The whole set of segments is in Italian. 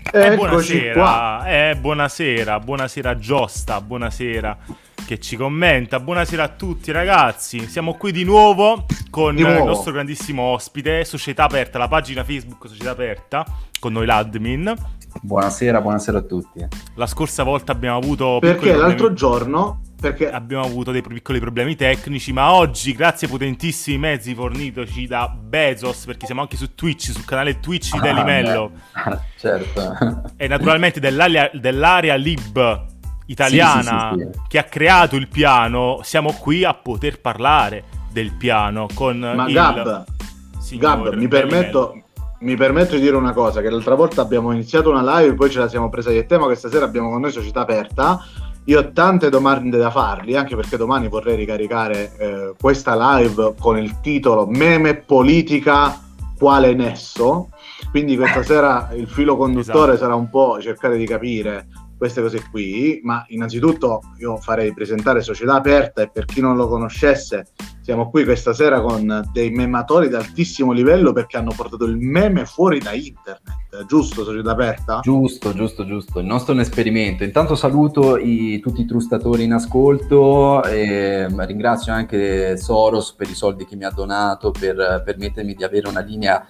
Eccoci qua. Buonasera Giosta, buonasera che ci commenta. Buonasera a tutti ragazzi, siamo qui di nuovo con il nostro grandissimo ospite, Società Aperta, la pagina Facebook Società Aperta, con noi l'admin. Buonasera a tutti. La scorsa volta abbiamo avuto perché l'altro giorno abbiamo avuto dei piccoli problemi tecnici, ma oggi, grazie ai potentissimi mezzi fornitoci da Bezos, perché siamo anche su Twitch, sul canale Twitch di Daily Mello, certo, e naturalmente dell'area Lib italiana sì. Che ha creato il piano, siamo qui a poter parlare del piano con Gab, mi permetto di dire una cosa, che l'altra volta abbiamo iniziato una live, poi ce la siamo presa io e te, ma questa sera abbiamo con noi Società Aperta. Io ho tante domande da fargli, anche perché domani vorrei ricaricare questa live con il titolo Meme politica, quale nesso? Quindi questa sera il filo conduttore sarà un po' cercare di capire queste cose qui, ma innanzitutto io farei presentare Società Aperta, e per chi non lo conoscesse siamo qui questa sera con dei mematori di altissimo livello, perché hanno portato il meme fuori da internet, giusto Società Aperta? Giusto, il nostro è un esperimento. Intanto saluto tutti i trustatori in ascolto e ringrazio anche Soros per i soldi che mi ha donato per permettermi di avere una linea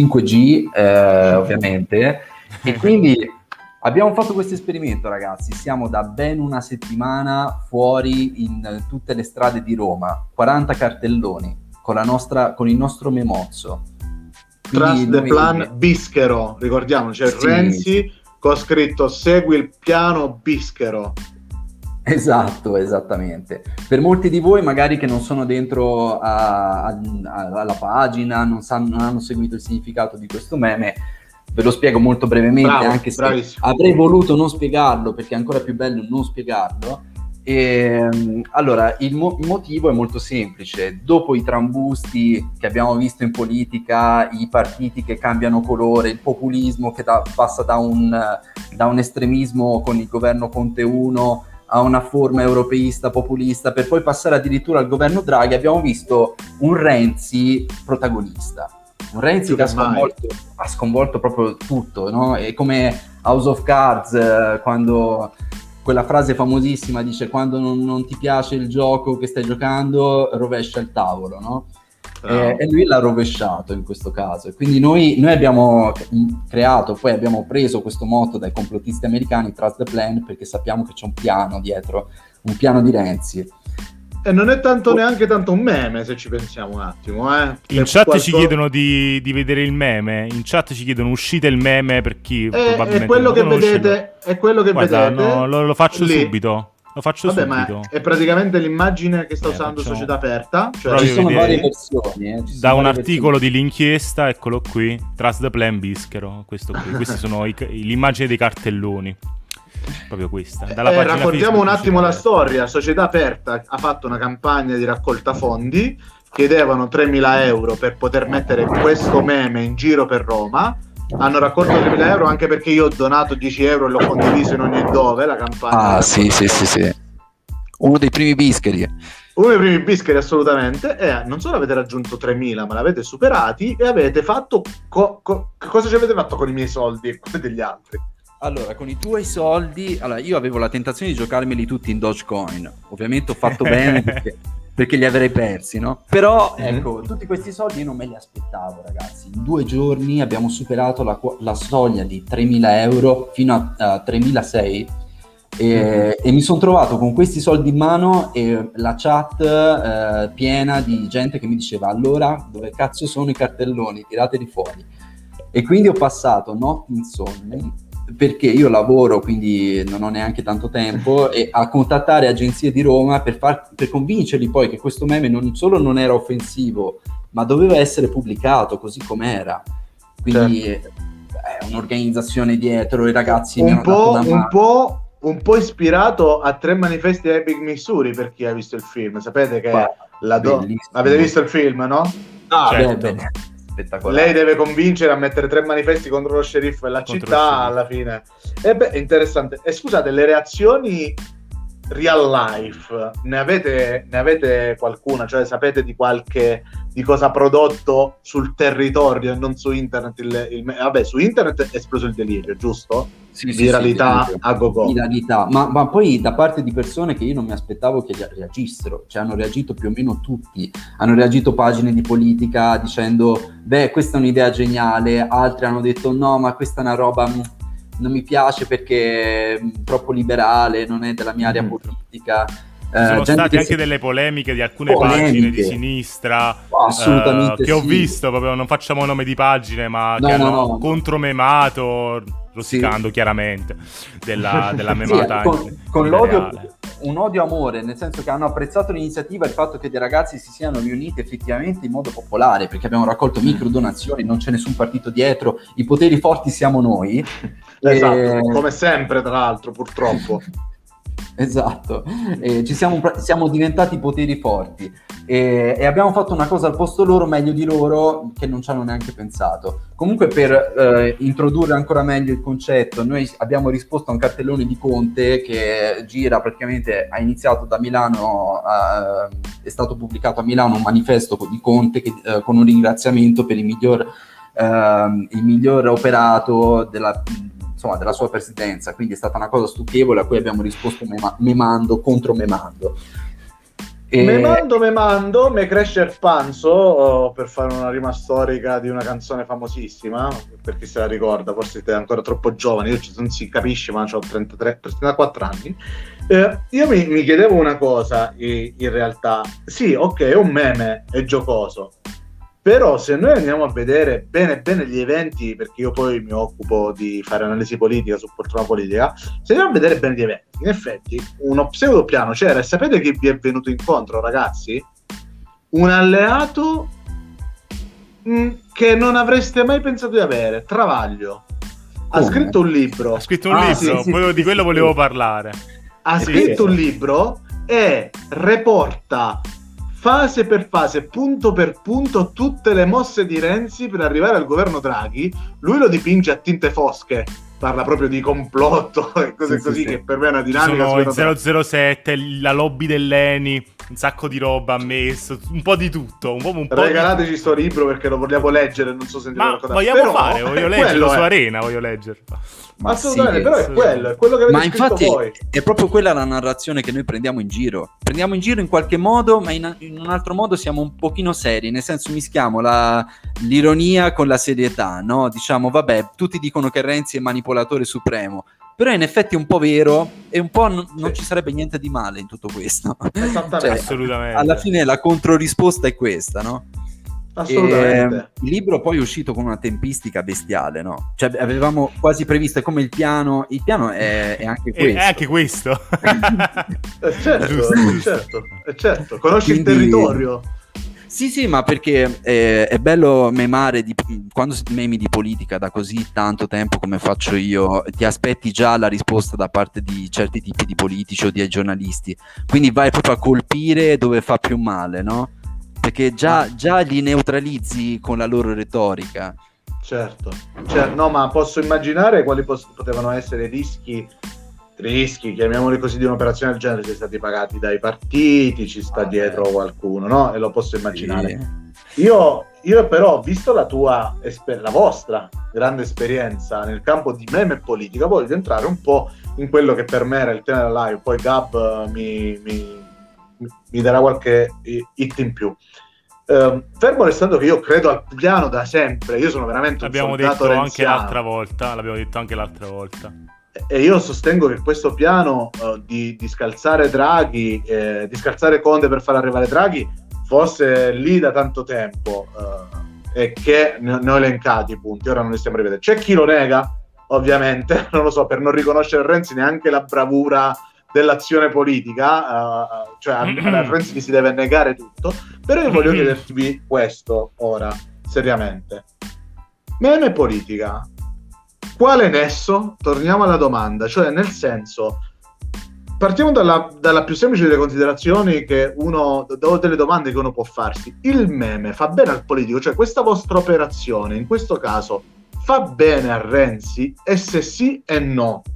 5G, ovviamente, e quindi abbiamo fatto questo esperimento, ragazzi. Siamo da ben una settimana fuori in tutte le strade di Roma, 40 cartelloni con il nostro memozzo. Trust the plan Bischero, ricordiamo, c'è sì, Renzi con scritto segui il piano Bischero. Esatto, esattamente. Per molti di voi magari che non sono dentro alla pagina, non hanno seguito il significato di questo meme, ve lo spiego molto brevemente. Bravo, anche se bravissimo. Avrei voluto non spiegarlo, perché è ancora più bello non spiegarlo. Allora, il motivo è molto semplice. Dopo i trambusti che abbiamo visto in politica, i partiti che cambiano colore, il populismo che passa da un estremismo con il governo Conte 1 a una forma europeista populista, per poi passare addirittura al governo Draghi, abbiamo visto un Renzi protagonista. Un Renzi che ha sconvolto proprio tutto, no? È come House of Cards, quando quella frase famosissima dice: quando non ti piace il gioco che stai giocando, rovescia il tavolo, no? E lui l'ha rovesciato in questo caso. E quindi noi abbiamo creato, poi abbiamo preso questo motto dai complottisti americani, Trust the Plan, perché sappiamo che c'è un piano dietro, un piano di Renzi. E non è neanche tanto un meme, se ci pensiamo un attimo. In chat ci chiedono di vedere il meme. In chat ci chiedono uscite il meme per chi probabilmente è quello che vedete. È quello che Guarda, vedete. No, lo faccio lì. subito. Lo faccio Vabbè, subito. Ma è praticamente l'immagine che sta usando Società Aperta. Cioè, ci sono varie versioni. Da un articolo dell'inchiesta, eccolo qui. Trust the plan Bischero. Questo qui. Questi sono l'immagine dei cartelloni. Proprio questa. Raccontiamo un attimo la storia. Società Aperta ha fatto una campagna di raccolta fondi, chiedevano 3.000 euro per poter mettere questo meme in giro per Roma. Hanno raccolto 3.000 euro, anche perché io ho donato 10 euro e l'ho condiviso in ogni dove la campagna. Sì. Uno dei primi bischeri, assolutamente. E non solo avete raggiunto 3.000, ma l'avete superati e avete fatto cosa ci avete fatto con i miei soldi e quelli degli altri? Allora, con i tuoi soldi, io avevo la tentazione di giocarmeli tutti in Dogecoin. Ovviamente ho fatto bene perché li avrei persi, no? Però, ecco, tutti questi soldi io non me li aspettavo, ragazzi. In 2 giorni abbiamo superato la soglia di 3.000 euro fino a 3.600 e mi sono trovato con questi soldi in mano e la chat piena di gente che mi diceva: allora, dove cazzo sono i cartelloni? Tirateli fuori. E quindi ho passato notti insonni, perché io lavoro, quindi non ho neanche tanto tempo, e a contattare agenzie di Roma per convincerli poi che questo meme non solo non era offensivo, ma doveva essere pubblicato così com'era. Quindi è un'organizzazione dietro, i ragazzi un po' ispirato a 3 manifesti di Epic Missouri, per chi ha visto il film. Sapete che avete visto il film, no? Certo. Spettacolare. Lei deve convincere a mettere 3 manifesti contro lo sceriffo e la città alla fine. È interessante. E scusate, le reazioni real life, ne avete qualcuna? Cioè sapete di cosa ha prodotto sul territorio e non su internet? Vabbè, su internet è esploso il delirio, giusto? Sì, viralità sì, a go-go. Viralità, ma poi da parte di persone che io non mi aspettavo che reagissero, cioè hanno reagito più o meno tutti, hanno reagito pagine di politica dicendo beh, questa è un'idea geniale, altri hanno detto no, ma questa è una roba non mi piace perché è troppo liberale, non è della mia area politica. Ci sono state anche delle polemiche di alcune pagine di sinistra assolutamente che ho visto, proprio non facciamo nome di pagine, ma che hanno contromemato, rosicando chiaramente della memata. Con l'odio, un odio-amore, nel senso che hanno apprezzato l'iniziativa, il fatto che dei ragazzi si siano riuniti effettivamente in modo popolare, perché abbiamo raccolto micro donazioni, non c'è nessun partito dietro, i poteri forti siamo noi. Esatto, come sempre tra l'altro, purtroppo. Esatto, siamo diventati poteri forti e abbiamo fatto una cosa al posto loro, meglio di loro, che non ci hanno neanche pensato. Comunque, per introdurre ancora meglio il concetto, noi abbiamo risposto a un cartellone di Conte che gira praticamente, ha iniziato da Milano, è stato pubblicato a Milano un manifesto di Conte con un ringraziamento per il miglior operato della sua presidenza, quindi è stata una cosa stucchevole a cui abbiamo risposto memando, contromemando. Memando, me cresce il panzo, per fare una rima storica di una canzone famosissima, per chi se la ricorda, forse siete ancora troppo giovani, io non si capisce, ma ho 34 anni. Io mi chiedevo una cosa, in realtà, sì, ok, è un meme, è giocoso, però se noi andiamo a vedere bene gli eventi, perché io poi mi occupo di fare analisi politica, supporto la politica, se andiamo a vedere bene gli eventi, in effetti uno pseudopiano c'era, e sapete chi vi è venuto incontro, ragazzi? Un alleato che non avreste mai pensato di avere, Travaglio. Ha scritto un libro. Di quello volevo parlare. Ha scritto un libro e reporta fase per fase, punto per punto, tutte le mosse di Renzi per arrivare al governo Draghi. Lui lo dipinge a tinte fosche, parla proprio di complotto e cose così, che per me è una dinamica. Sono il 007, la lobby dell'ENI, un sacco di roba ha messo, un po' di tutto. Regalateci sto libro perché lo vogliamo leggere, non so se voglio leggerlo su Arena, voglio leggerlo. Assolutamente, però è quello che avete ma scritto infatti voi. È proprio quella la narrazione che noi prendiamo in giro in qualche modo, ma in un altro modo siamo un pochino seri, nel senso mischiamo l'ironia con la serietà, no? Diciamo vabbè, tutti dicono che Renzi è manipolatore supremo, però in effetti è un po' vero e un po' non ci sarebbe niente di male in tutto questo. Esattamente. Assolutamente. Alla fine la controrisposta è questa, no? Assolutamente. Il libro poi è uscito con una tempistica bestiale, no? Cioè avevamo quasi previsto, è come il piano è anche questo. È anche questo. Certo. Conosci il territorio. Sì, ma perché è bello memare, quando memi di politica da così tanto tempo come faccio io, ti aspetti già la risposta da parte di certi tipi di politici o di giornalisti, quindi vai proprio a colpire dove fa più male, no? Perché già li neutralizzi con la loro retorica. Certo, no, ma posso immaginare quali potevano essere rischi, chiamiamoli così, di un'operazione del genere. Siete stati pagati dai partiti, ci sta dietro qualcuno, no? E lo posso immaginare. Sì. Io però, visto la vostra grande esperienza nel campo di meme e politica, voglio entrare un po' in quello che per me era il tema della live, poi Gab mi darà qualche hit in più. Fermo restando che io credo al piano da sempre, io sono veramente l'abbiamo detto anche l'altra volta, e io sostengo che questo piano di scalzare Draghi, di scalzare Conte per far arrivare Draghi, fosse lì da tanto tempo, e che ne ho elencati i punti, ora non li stiamo a rivedere. C'è chi lo nega, ovviamente, non lo so, per non riconoscere a Renzi neanche la bravura dell'azione politica, cioè a Renzi si deve negare tutto. Però io voglio chiedervi questo ora, seriamente. Meme politica, quale nesso? Torniamo alla domanda, cioè nel senso, partiamo dalla più semplice delle considerazioni delle domande che uno può farsi. Il meme fa bene al politico? Cioè questa vostra operazione, in questo caso, fa bene a Renzi? E se sì e no?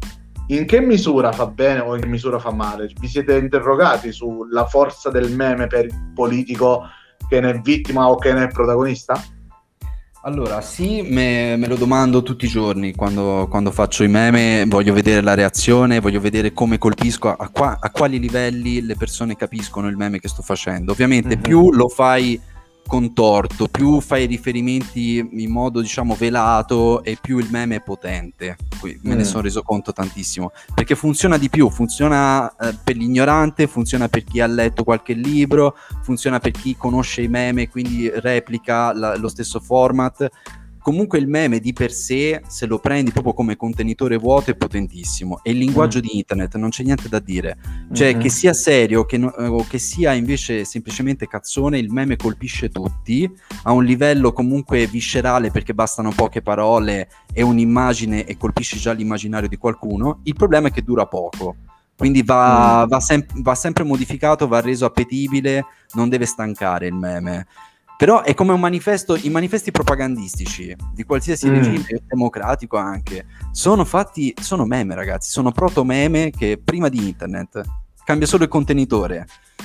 in che misura fa bene o in che misura fa male? Vi siete interrogati sulla forza del meme per il politico che ne è vittima o che ne è protagonista? Allora, sì, me lo domando tutti i giorni quando faccio i meme, voglio vedere la reazione, voglio vedere come colpisco, a quali livelli le persone capiscono il meme che sto facendo. Ovviamente più lo fai contorto, più fai riferimenti in modo, diciamo, velato, e più il meme è potente. Me ne sono reso conto tantissimo, perché funziona di più, funziona per l'ignorante, funziona per chi ha letto qualche libro, funziona per chi conosce i meme e quindi replica lo stesso format. Comunque il meme di per sé, se lo prendi proprio come contenitore vuoto, è potentissimo. E il linguaggio di internet non c'è niente da dire. Cioè, che sia serio o che sia invece semplicemente cazzone, il meme colpisce tutti a un livello comunque viscerale, perché bastano poche parole e un'immagine e colpisci già l'immaginario di qualcuno. Il problema è che dura poco. Quindi va sempre modificato, va reso appetibile, non deve stancare il meme. Però è come un manifesto, i manifesti propagandistici di qualsiasi regime democratico anche, sono meme, ragazzi, sono proto-meme che prima di internet, cambia solo il contenitore.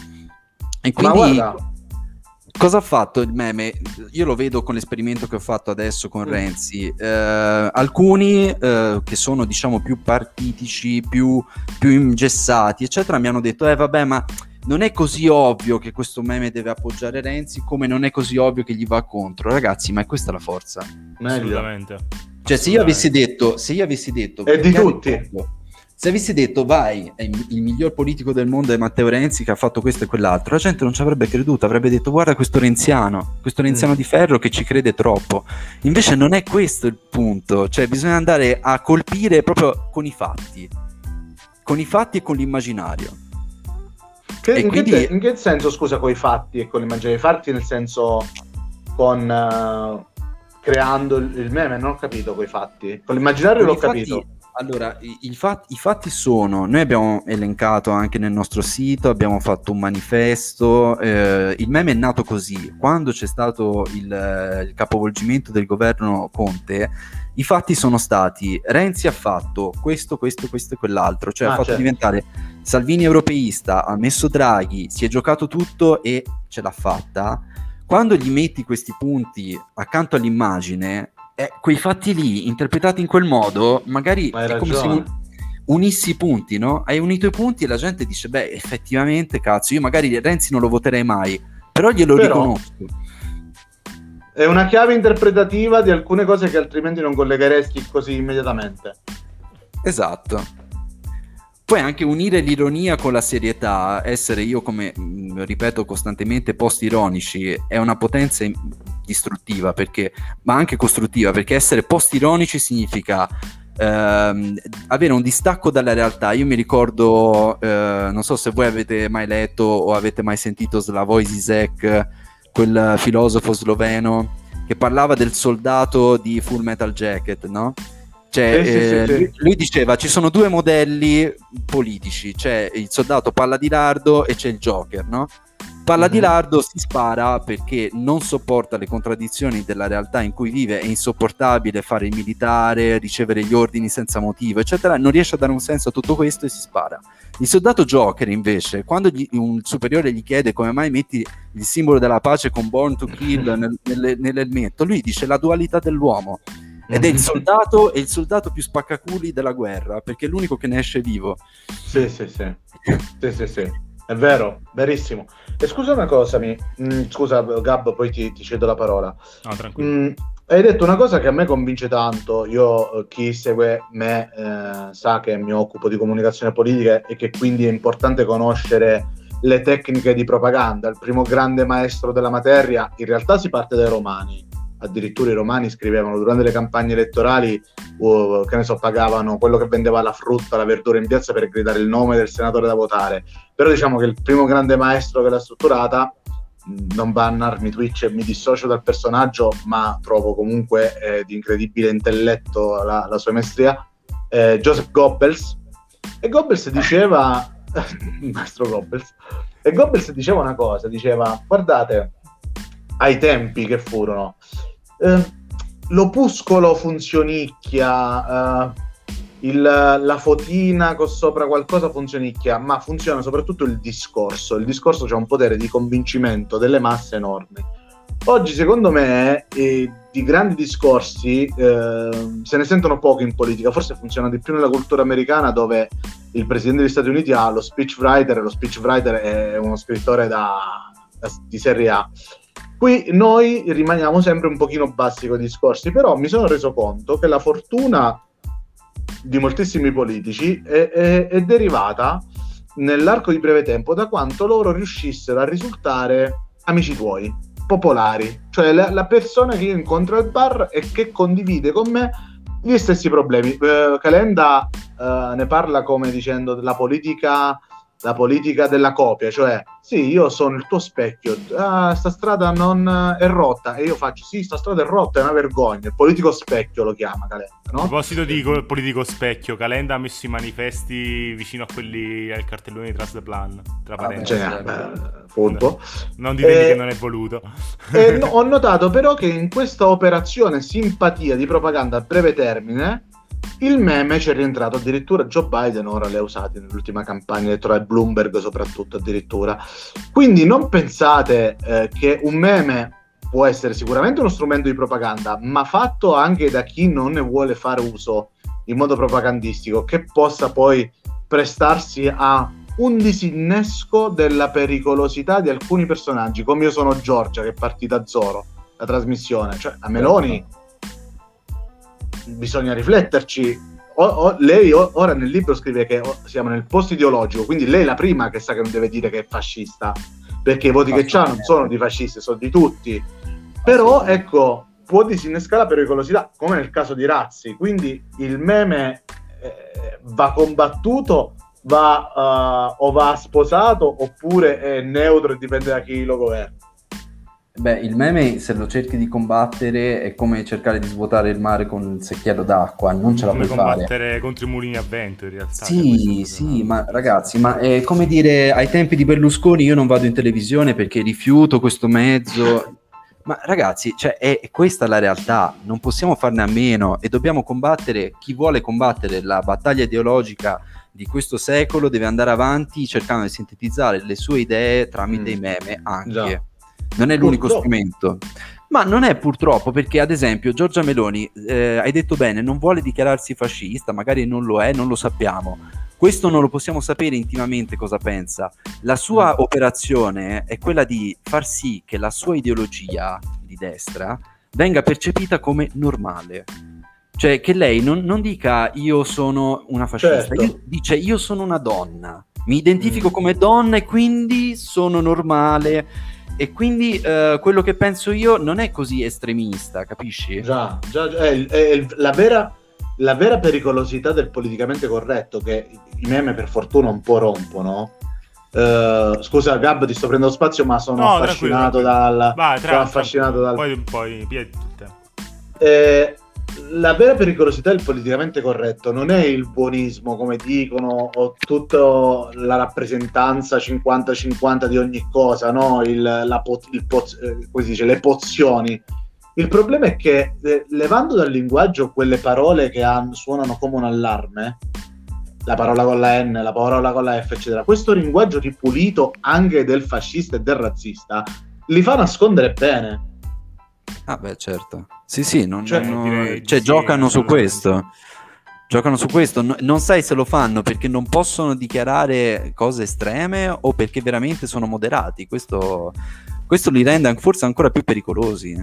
E quindi cosa ha fatto il meme? Io lo vedo con l'esperimento che ho fatto adesso con Renzi. Alcuni che sono, diciamo, più partitici, più ingessati, eccetera, mi hanno detto vabbè, ma non è così ovvio che questo meme deve appoggiare Renzi, come non è così ovvio che gli va contro. Ragazzi, ma è questa la forza. Assolutamente. Cioè, se io avessi detto è di tutti. Se avessi detto vai, è il miglior politico del mondo è Matteo Renzi che ha fatto questo e quell'altro, la gente non ci avrebbe creduto, avrebbe detto guarda questo renziano di ferro che ci crede troppo. Invece non è questo il punto, cioè bisogna andare a colpire proprio con i fatti e con l'immaginario. In che senso, scusa, con i fatti e con l'immaginario? I fatti nel senso con creando il meme, non ho capito coi fatti. Con l'immaginario l'ho capito. Allora, i fatti sono, noi abbiamo elencato anche nel nostro sito, abbiamo fatto un manifesto, il meme è nato così, quando c'è stato il capovolgimento del governo Conte, i fatti sono stati: Renzi ha fatto questo e quell'altro, cioè ha fatto diventare Salvini europeista, ha messo Draghi, si è giocato tutto e ce l'ha fatta. Quando gli metti questi punti accanto all'immagine, quei fatti lì interpretati in quel modo, magari è come se unissi i punti, no? Hai unito i punti e la gente dice beh, effettivamente, cazzo, io magari Renzi non lo voterei mai, però glielo riconosco. È una chiave interpretativa di alcune cose che altrimenti non collegheresti così immediatamente. Esatto. Poi anche unire l'ironia con la serietà, essere, io come ripeto costantemente, post-ironici, è una potenza distruttiva, ma anche costruttiva, perché essere post-ironici significa avere un distacco dalla realtà. Io mi ricordo, non so se voi avete mai letto o avete mai sentito Slavoj Zizek, quel filosofo sloveno che parlava del soldato di Full Metal Jacket, no? Cioè, sì. Lui diceva ci sono due modelli politici, c'è il soldato palla di lardo e c'è il Joker, no? Palla di lardo si spara perché non sopporta le contraddizioni della realtà in cui vive, è insopportabile fare il militare, ricevere gli ordini senza motivo, eccetera, non riesce a dare un senso a tutto questo e si spara. Il soldato Joker invece, quando un superiore gli chiede come mai metti il simbolo della pace con Born to Kill nell'elmetto, lui dice la dualità dell'uomo. Ed è il soldato più spaccaculi della guerra, perché è l'unico che ne esce vivo. Sì. È vero, verissimo. E scusa una cosa, scusa Gab, poi ti cedo la parola. No, tranquillo. Hai detto una cosa che a me convince tanto. Io, chi segue me sa che mi occupo di comunicazione politica e che quindi è importante conoscere le tecniche di propaganda. Il primo grande maestro della materia in realtà si parte dai romani. Addirittura i romani scrivevano durante le campagne elettorali, che ne so, pagavano quello che vendeva la frutta, la verdura in piazza per gridare il nome del senatore da votare. Però diciamo che il primo grande maestro che l'ha strutturata, non bannarmi Twitch, mi dissocio dal personaggio, ma trovo comunque di incredibile intelletto la sua maestria, Joseph Goebbels. E Goebbels diceva il maestro Goebbels, e Goebbels diceva una cosa, diceva: guardate, ai tempi che furono, l'opuscolo funzionicchia, la fotina con sopra qualcosa funzionicchia, ma funziona soprattutto il discorso. Il discorso c'ha un potere di convincimento delle masse enorme. Oggi, secondo me, di grandi discorsi se ne sentono poco in politica. Forse funziona di più nella cultura americana, dove il presidente degli Stati Uniti ha lo speechwriter, e lo speechwriter è uno scrittore di serie A. Qui noi rimaniamo sempre un pochino bassi con i discorsi, però mi sono reso conto che la fortuna di moltissimi politici è derivata nell'arco di breve tempo da quanto loro riuscissero a risultare amici tuoi, popolari, cioè la persona che io incontro al bar e che condivide con me gli stessi problemi. Calenda ne parla come dicendo la politica della copia, cioè sì, io sono il tuo specchio, sta strada non è rotta, e io faccio sì, sta strada è rotta, è una vergogna. Il politico specchio lo chiama Calenda, no? A proposito di politico specchio, Calenda ha messo i manifesti vicino a quelli al cartellone di Trasplan, tra parentesi. Furbo. Non ditendi che non è voluto. Ho notato però che in questa operazione simpatia di propaganda a breve termine il meme ci è rientrato. Addirittura Joe Biden ora le ha usati nell'ultima campagna elettorale, Bloomberg soprattutto addirittura. Quindi non pensate che un meme può essere sicuramente uno strumento di propaganda, ma fatto anche da chi non ne vuole fare uso in modo propagandistico, che possa poi prestarsi a un disinnesco della pericolosità di alcuni personaggi, come Io sono Giorgia, che è partita Zoro, la trasmissione. Cioè a Meloni bisogna rifletterci. Lei ora nel libro scrive che siamo nel post ideologico, quindi lei è la prima che sa che non deve dire che è fascista, perché i voti che c'ha non sono di fascisti, sono di tutti. Però ecco, può disinnescare la pericolosità, come nel caso di Razzi. Quindi il meme va combattuto, o va sposato, oppure è neutro e dipende da chi lo governa. Beh, il meme, se lo cerchi di combattere, è come cercare di svuotare il mare con un secchiello d'acqua, non ce la puoi fare. Combattere contro i mulini a vento, in realtà. Sì, ma ragazzi, ma è come dire, ai tempi di Berlusconi io non vado in televisione perché rifiuto questo mezzo. Ma ragazzi, cioè, è questa la realtà, non possiamo farne a meno e dobbiamo combattere. Chi vuole combattere la battaglia ideologica di questo secolo deve andare avanti cercando di sintetizzare le sue idee tramite i meme anche. Già. Non è l'unico strumento, ma non è purtroppo, perché ad esempio Giorgia Meloni, hai detto bene, non vuole dichiararsi fascista, magari non lo è, non lo sappiamo, questo non lo possiamo sapere intimamente cosa pensa. La sua operazione è quella di far sì che la sua ideologia di destra venga percepita come normale, cioè che lei non dica io sono una fascista, certo. Dice io sono una donna, mi identifico come donna e quindi sono normale. E quindi quello che penso io non è così estremista, capisci? Già, è la vera pericolosità del politicamente corretto, che i meme per fortuna un po' rompono. Scusa Gab, ti sto prendendo spazio, ma sono affascinato dal poi te. La vera pericolosità del politicamente corretto non è il buonismo, come dicono, o tutta la rappresentanza 50-50 di ogni cosa, no? Come si dice, le pozioni. Il problema è che levando dal linguaggio quelle parole che suonano come un allarme, la parola con la N, la parola con la F, eccetera, questo linguaggio ripulito anche del fascista e del razzista li fa nascondere bene. Ah beh, certo. Sì, giocano su questo. Giocano su questo. Non sai se lo fanno perché non possono dichiarare cose estreme o perché veramente sono moderati. Questo li rende forse ancora più pericolosi.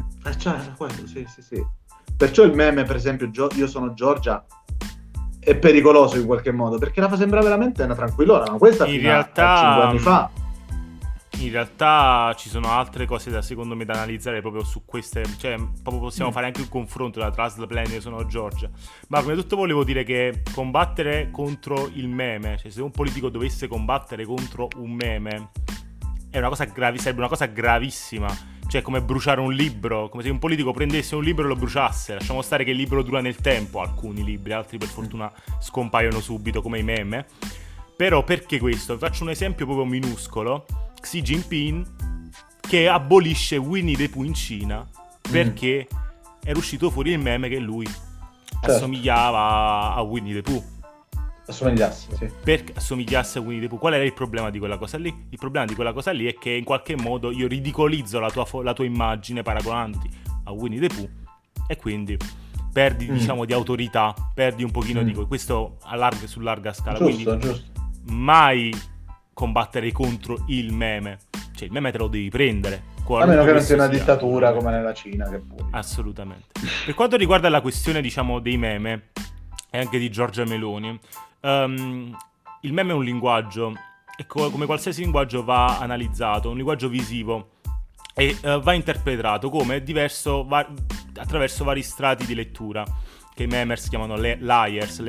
Sì. Perciò il meme, per esempio, Io sono Giorgia, è pericoloso in qualche modo, perché la fa sembrare veramente una tranquillona, ma questa in realtà 5 anni fa. In realtà ci sono altre cose secondo me da analizzare proprio su queste, cioè proprio possiamo fare anche un confronto tra Trasplan e Io sono Giorgia. Ma prima di tutto volevo dire che combattere contro il meme, cioè se un politico dovesse combattere contro un meme è una cosa sarebbe una cosa gravissima, cioè come bruciare un libro, come se un politico prendesse un libro e lo bruciasse. Lasciamo stare che il libro dura nel tempo, alcuni libri, altri per fortuna scompaiono subito come i meme. Però perché questo? Vi faccio un esempio proprio minuscolo. Xi Jinping che abolisce Winnie the Pooh in Cina perché era uscito fuori il meme che lui assomigliava a Winnie the Pooh. Assomigliasse, sì. Perché assomigliasse a Winnie the Pooh? Qual era il problema di quella cosa lì? Il problema di quella cosa lì è che in qualche modo io ridicolizzo la tua immagine paragonandoti a Winnie the Pooh, e quindi perdi diciamo di autorità, perdi un pochino di questo su larga scala. Giusto, quindi giusto. mai combattere contro il meme, cioè il meme te lo devi prendere, a meno che non sia una dittatura come nella Cina, che pure. Assolutamente. Per quanto riguarda la questione diciamo dei meme e anche di Giorgia Meloni, il meme è un linguaggio e come qualsiasi linguaggio va analizzato, un linguaggio visivo, e va interpretato come diverso attraverso vari strati di lettura che i memers chiamano layers.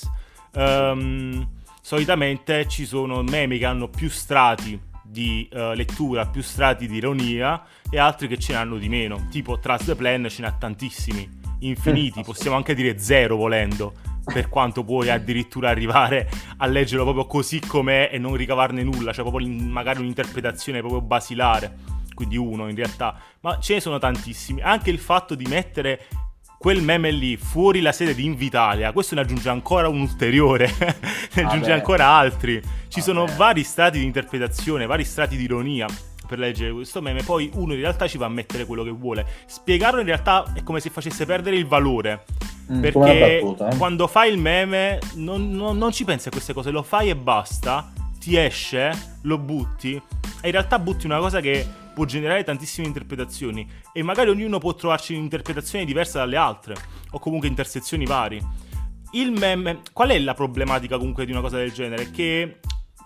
Solitamente ci sono meme che hanno più strati di lettura, più strati di ironia, e altri che ce ne hanno di meno, tipo Trust the Plan ce ne ha tantissimi, infiniti, possiamo anche dire 0 volendo, per quanto puoi addirittura arrivare a leggerlo proprio così com'è e non ricavarne nulla, cioè proprio magari un'interpretazione proprio basilare, quindi uno in realtà, ma ce ne sono tantissimi. Anche il fatto di mettere quel meme lì fuori la sede di Invitalia, questo ne aggiunge ancora un ulteriore, ne aggiunge ancora altri. Ci sono vari strati di interpretazione, vari strati di ironia per leggere questo meme, poi uno in realtà ci va a mettere quello che vuole. Spiegarlo in realtà è come se facesse perdere il valore, perché battuta, quando fai il meme non ci pensi a queste cose, lo fai e basta, ti esce, lo butti, e in realtà butti una cosa che può generare tantissime interpretazioni, e magari ognuno può trovarci un'interpretazione diversa dalle altre, o comunque intersezioni vari. Il meme, qual è la problematica comunque di una cosa del genere? Che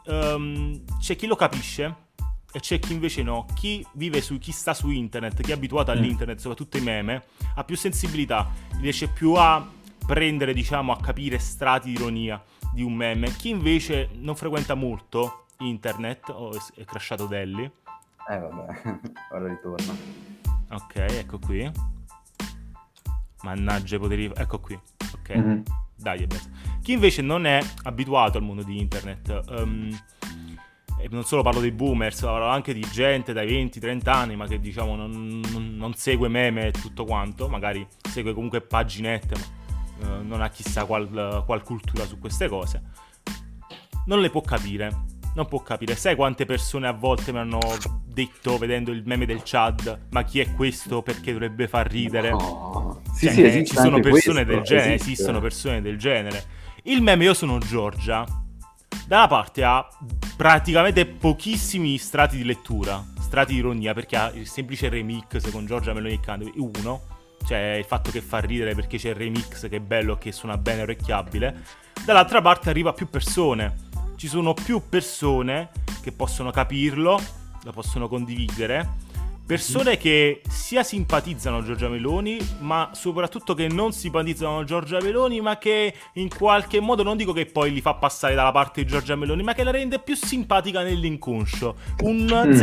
c'è chi lo capisce e c'è chi invece no. Chi sta su internet, chi è abituato all'internet, soprattutto i meme, ha più sensibilità, riesce più a prendere, diciamo, a capire strati di ironia di un meme. Chi invece non frequenta molto internet, è crashato Delli. Vabbè, ora ritorno. Ok, ecco qui. Mannaggia i poteri, ecco qui. Ok, dai, è bello. Chi invece non è abituato al mondo di internet, e non solo parlo dei boomers, parlo anche di gente dai 20-30 anni, ma che diciamo non segue meme e tutto quanto, magari segue comunque paginette, ma non ha chissà qual cultura su queste cose, non le può capire. Non può capire. Sai quante persone a volte mi hanno detto, vedendo il meme del Chad, ma chi è questo, perché dovrebbe far ridere? No. Cioè, sì, ci sono persone questo, del genere, esistono persone del genere. Il meme Io sono Giorgia, da una parte ha praticamente pochissimi strati di lettura, strati di ironia, perché ha il semplice remix con Giorgia Meloni e Candy, uno, cioè il fatto che fa ridere perché c'è il remix che è bello e che suona bene, orecchiabile. Dall'altra parte arriva a più persone. Ci sono più persone che possono capirlo, lo possono condividere, persone che sia simpatizzano Giorgia Meloni, ma soprattutto che non simpatizzano Giorgia Meloni, ma che in qualche modo, non dico che poi li fa passare dalla parte di Giorgia Meloni, ma che la rende più simpatica nell'inconscio. Un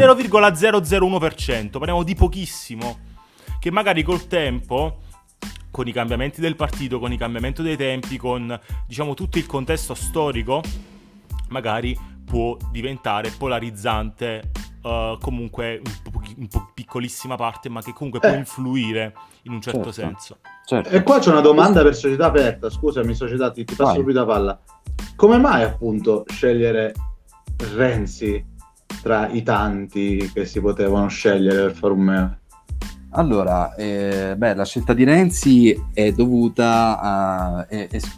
0,001%, parliamo di pochissimo, che magari col tempo, con i cambiamenti del partito, con i cambiamenti dei tempi, con diciamo tutto il contesto storico, magari può diventare polarizzante, comunque un po' piccolissima parte, ma che comunque può influire in un certo senso. Certo. E qua c'è una domanda per Società Aperta, scusami Società, ti passo subito la palla. Come mai appunto scegliere Renzi tra i tanti che si potevano scegliere per fare un meme? Allora, la scelta di Renzi è dovuta a...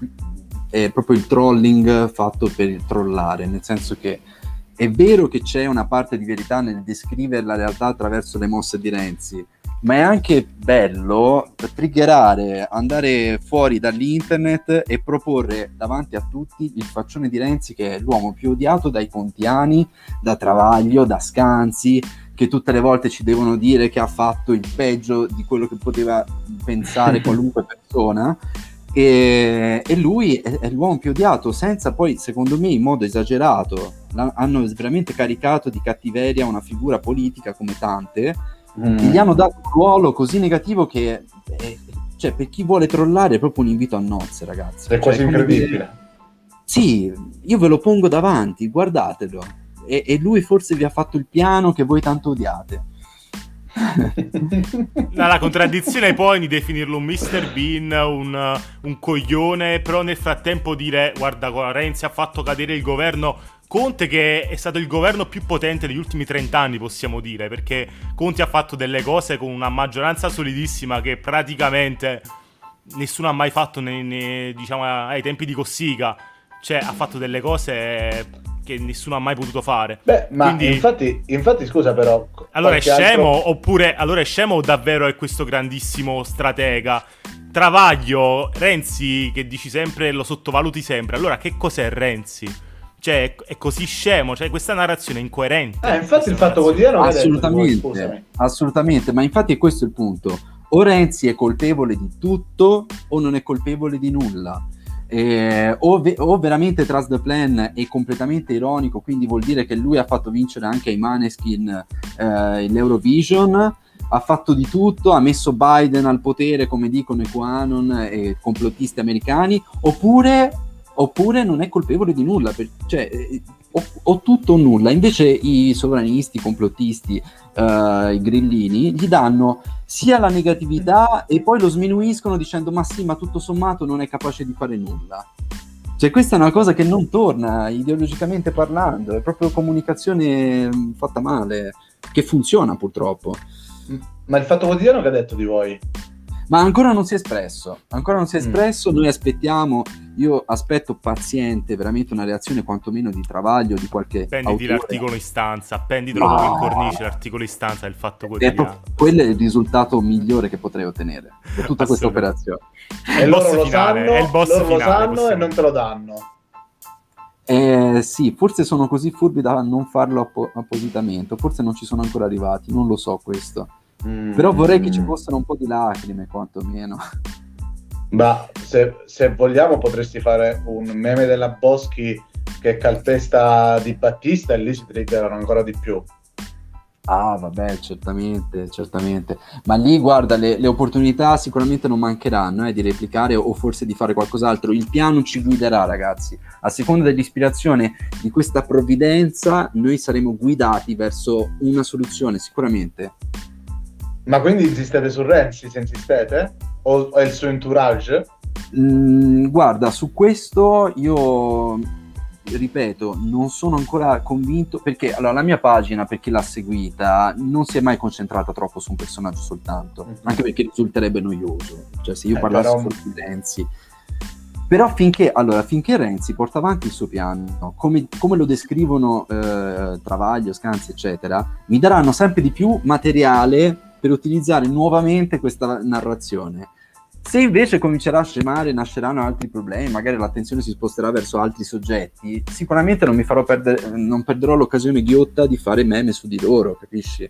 è proprio il trolling fatto per trollare, nel senso che è vero che c'è una parte di verità nel descrivere la realtà attraverso le mosse di Renzi, ma è anche bello triggerare, andare fuori dall'internet e proporre davanti a tutti il faccione di Renzi, che è l'uomo più odiato dai pontiani, da Travaglio, da Scanzi, che tutte le volte ci devono dire che ha fatto il peggio di quello che poteva pensare qualunque persona. E lui è l'uomo più odiato, senza poi, secondo me, in modo esagerato, hanno veramente caricato di cattiveria una figura politica come tante, e gli hanno dato un ruolo così negativo che cioè, per chi vuole trollare è proprio un invito a nozze, ragazzi. È quasi incredibile. Sì, io ve lo pongo davanti, guardatelo, e lui forse vi ha fatto il piano che voi tanto odiate. La contraddizione è poi di definirlo un Mr. Bean, un coglione, però nel frattempo dire guarda, Renzi ha fatto cadere il governo Conte, che è stato il governo più potente degli ultimi 30 anni, possiamo dire, perché Conte ha fatto delle cose con una maggioranza solidissima che praticamente nessuno ha mai fatto diciamo ai tempi di Cossiga. Cioè ha fatto delle cose che nessuno ha mai potuto fare. Beh, ma quindi, infatti scusa, però allora è scemo oppure allora è scemo o davvero è questo grandissimo stratega? Travaglio, Renzi, che dici sempre, lo sottovaluti sempre. Allora che cos'è Renzi? Cioè è così scemo, cioè questa narrazione è incoerente. Infatti il Fatto Quotidiano assolutamente, ma infatti è questo il punto. O Renzi è colpevole di tutto o non è colpevole di nulla. O veramente Trust the Plan è completamente ironico, quindi vuol dire che lui ha fatto vincere anche ai Maneskin l'Eurovision, ha fatto di tutto, ha messo Biden al potere come dicono i QAnon e complottisti americani, oppure non è colpevole di nulla, cioè o tutto o nulla. Invece i sovranisti, i complottisti, i grillini gli danno sia la negatività e poi lo sminuiscono dicendo ma sì, ma tutto sommato non è capace di fare nulla. Cioè questa è una cosa che non torna ideologicamente parlando, è proprio comunicazione fatta male, che funziona purtroppo. Ma il Fatto Quotidiano che ha detto di voi? Ma ancora non si è espresso, noi aspettiamo, io aspetto paziente veramente una reazione quantomeno di Travaglio, di qualche appenditi autore. L'articolo in stanza, appenditelo proprio in cornice, l'articolo in stanza del Fatto Quotidiano. Quello è il risultato migliore che potrei ottenere da tutta questa operazione. E loro lo sanno, e non te lo danno. Sì, forse sono così furbi da non farlo appositamente, forse non ci sono ancora arrivati, non lo so questo. Però vorrei che ci fossero un po' di lacrime quantomeno. Ma se vogliamo potresti fare un meme della Boschi che calpesta Di Battista e lì si triggerano ancora di più. Ah vabbè, certamente, ma lì guarda, le opportunità sicuramente non mancheranno di replicare o forse di fare qualcos'altro. Il piano ci guiderà, ragazzi, a seconda dell'ispirazione di questa provvidenza noi saremo guidati verso una soluzione sicuramente. Ma quindi insistete su Renzi, se insistete? O è il suo entourage? Guarda, su questo io ripeto, non sono ancora convinto, perché allora la mia pagina, per chi l'ha seguita, non si è mai concentrata troppo su un personaggio soltanto, anche perché risulterebbe noioso, cioè se io parlassi solo di Renzi. Però finché Renzi porta avanti il suo piano, come lo descrivono Travaglio, Scanzi, eccetera, mi daranno sempre di più materiale per utilizzare nuovamente questa narrazione. Se invece comincerà a scemare, nasceranno altri problemi, magari l'attenzione si sposterà verso altri soggetti, sicuramente non perderò l'occasione ghiotta di fare meme su di loro, capisci?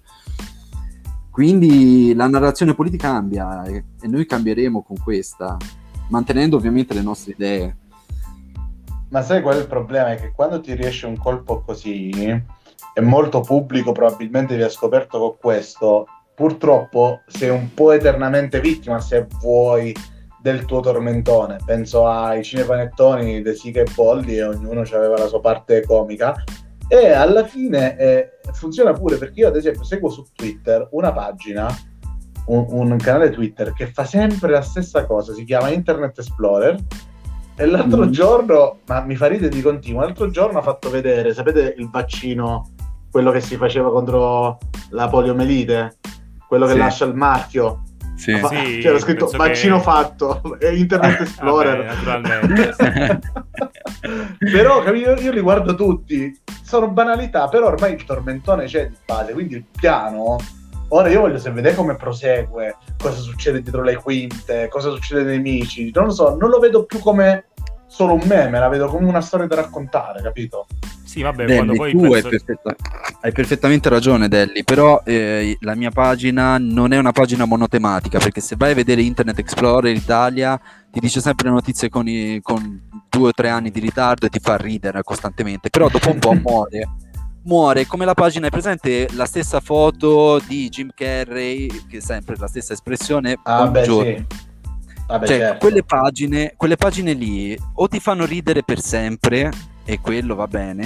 Quindi la narrazione politica cambia e noi cambieremo con questa, mantenendo ovviamente le nostre idee. Ma sai qual è il problema? È che quando ti riesce un colpo così, è molto pubblico, probabilmente vi ha scoperto con questo, purtroppo sei un po' eternamente vittima, se vuoi, del tuo tormentone. Penso ai cinepanettoni De Sica e Boldi, e ognuno aveva la sua parte comica, e alla fine funziona pure, perché io ad esempio seguo su Twitter una pagina, un canale Twitter che fa sempre la stessa cosa, si chiama Internet Explorer, e l'altro giorno, ma mi fa ridere di continuo, l'altro giorno ha fatto vedere, sapete il vaccino, quello che si faceva contro la poliomelite, quello che lascia il marchio, c'era scritto vaccino fatto, Internet Explorer. Vabbè, naturalmente. Però io li guardo tutti, sono banalità, però ormai il tormentone c'è di base, quindi il piano, ora io voglio vedere come prosegue, cosa succede dietro le quinte, cosa succede nei nemici, non lo so, non lo vedo più come solo un meme, la vedo come una storia da raccontare, capito? Sì, vabbè, Delli, quando poi tu hai perfettamente ragione, Delli, però la mia pagina non è una pagina monotematica, perché se vai a vedere Internet Explorer Italia ti dice sempre le notizie con 2 o 3 anni di ritardo e ti fa ridere costantemente, però dopo un po' muore, come la pagina, è presente la stessa foto di Jim Carrey, che è sempre la stessa espressione ogni giorno. Sì. Vabbè, cioè, certo. quelle pagine lì o ti fanno ridere per sempre e quello va bene,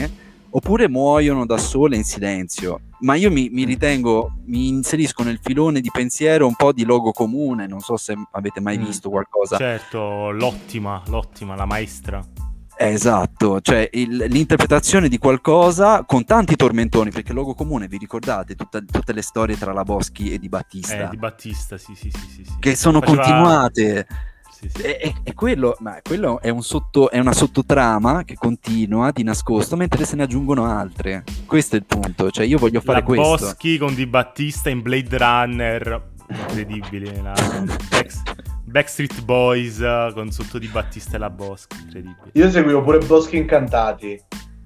oppure muoiono da sole in silenzio. Ma io mi inserisco nel filone di pensiero un po' di Logo Comune, non so se avete mai visto qualcosa. Certo, l'ottima, la maestra. Esatto, cioè l'interpretazione di qualcosa con tanti tormentoni, perché Logo Comune, vi ricordate tutte le storie tra la Boschi e Di Battista? Di Battista, sì. Che sono continuate. Sì. E quello è una sottotrama che continua di nascosto mentre se ne aggiungono altre. Questo è il punto, cioè io voglio fare questo. Boschi con Di Battista in Blade Runner, incredibile. Backstreet Boys con sotto Di Battista e la Boschi, incredibile. Io seguivo pure Boschi Incantati.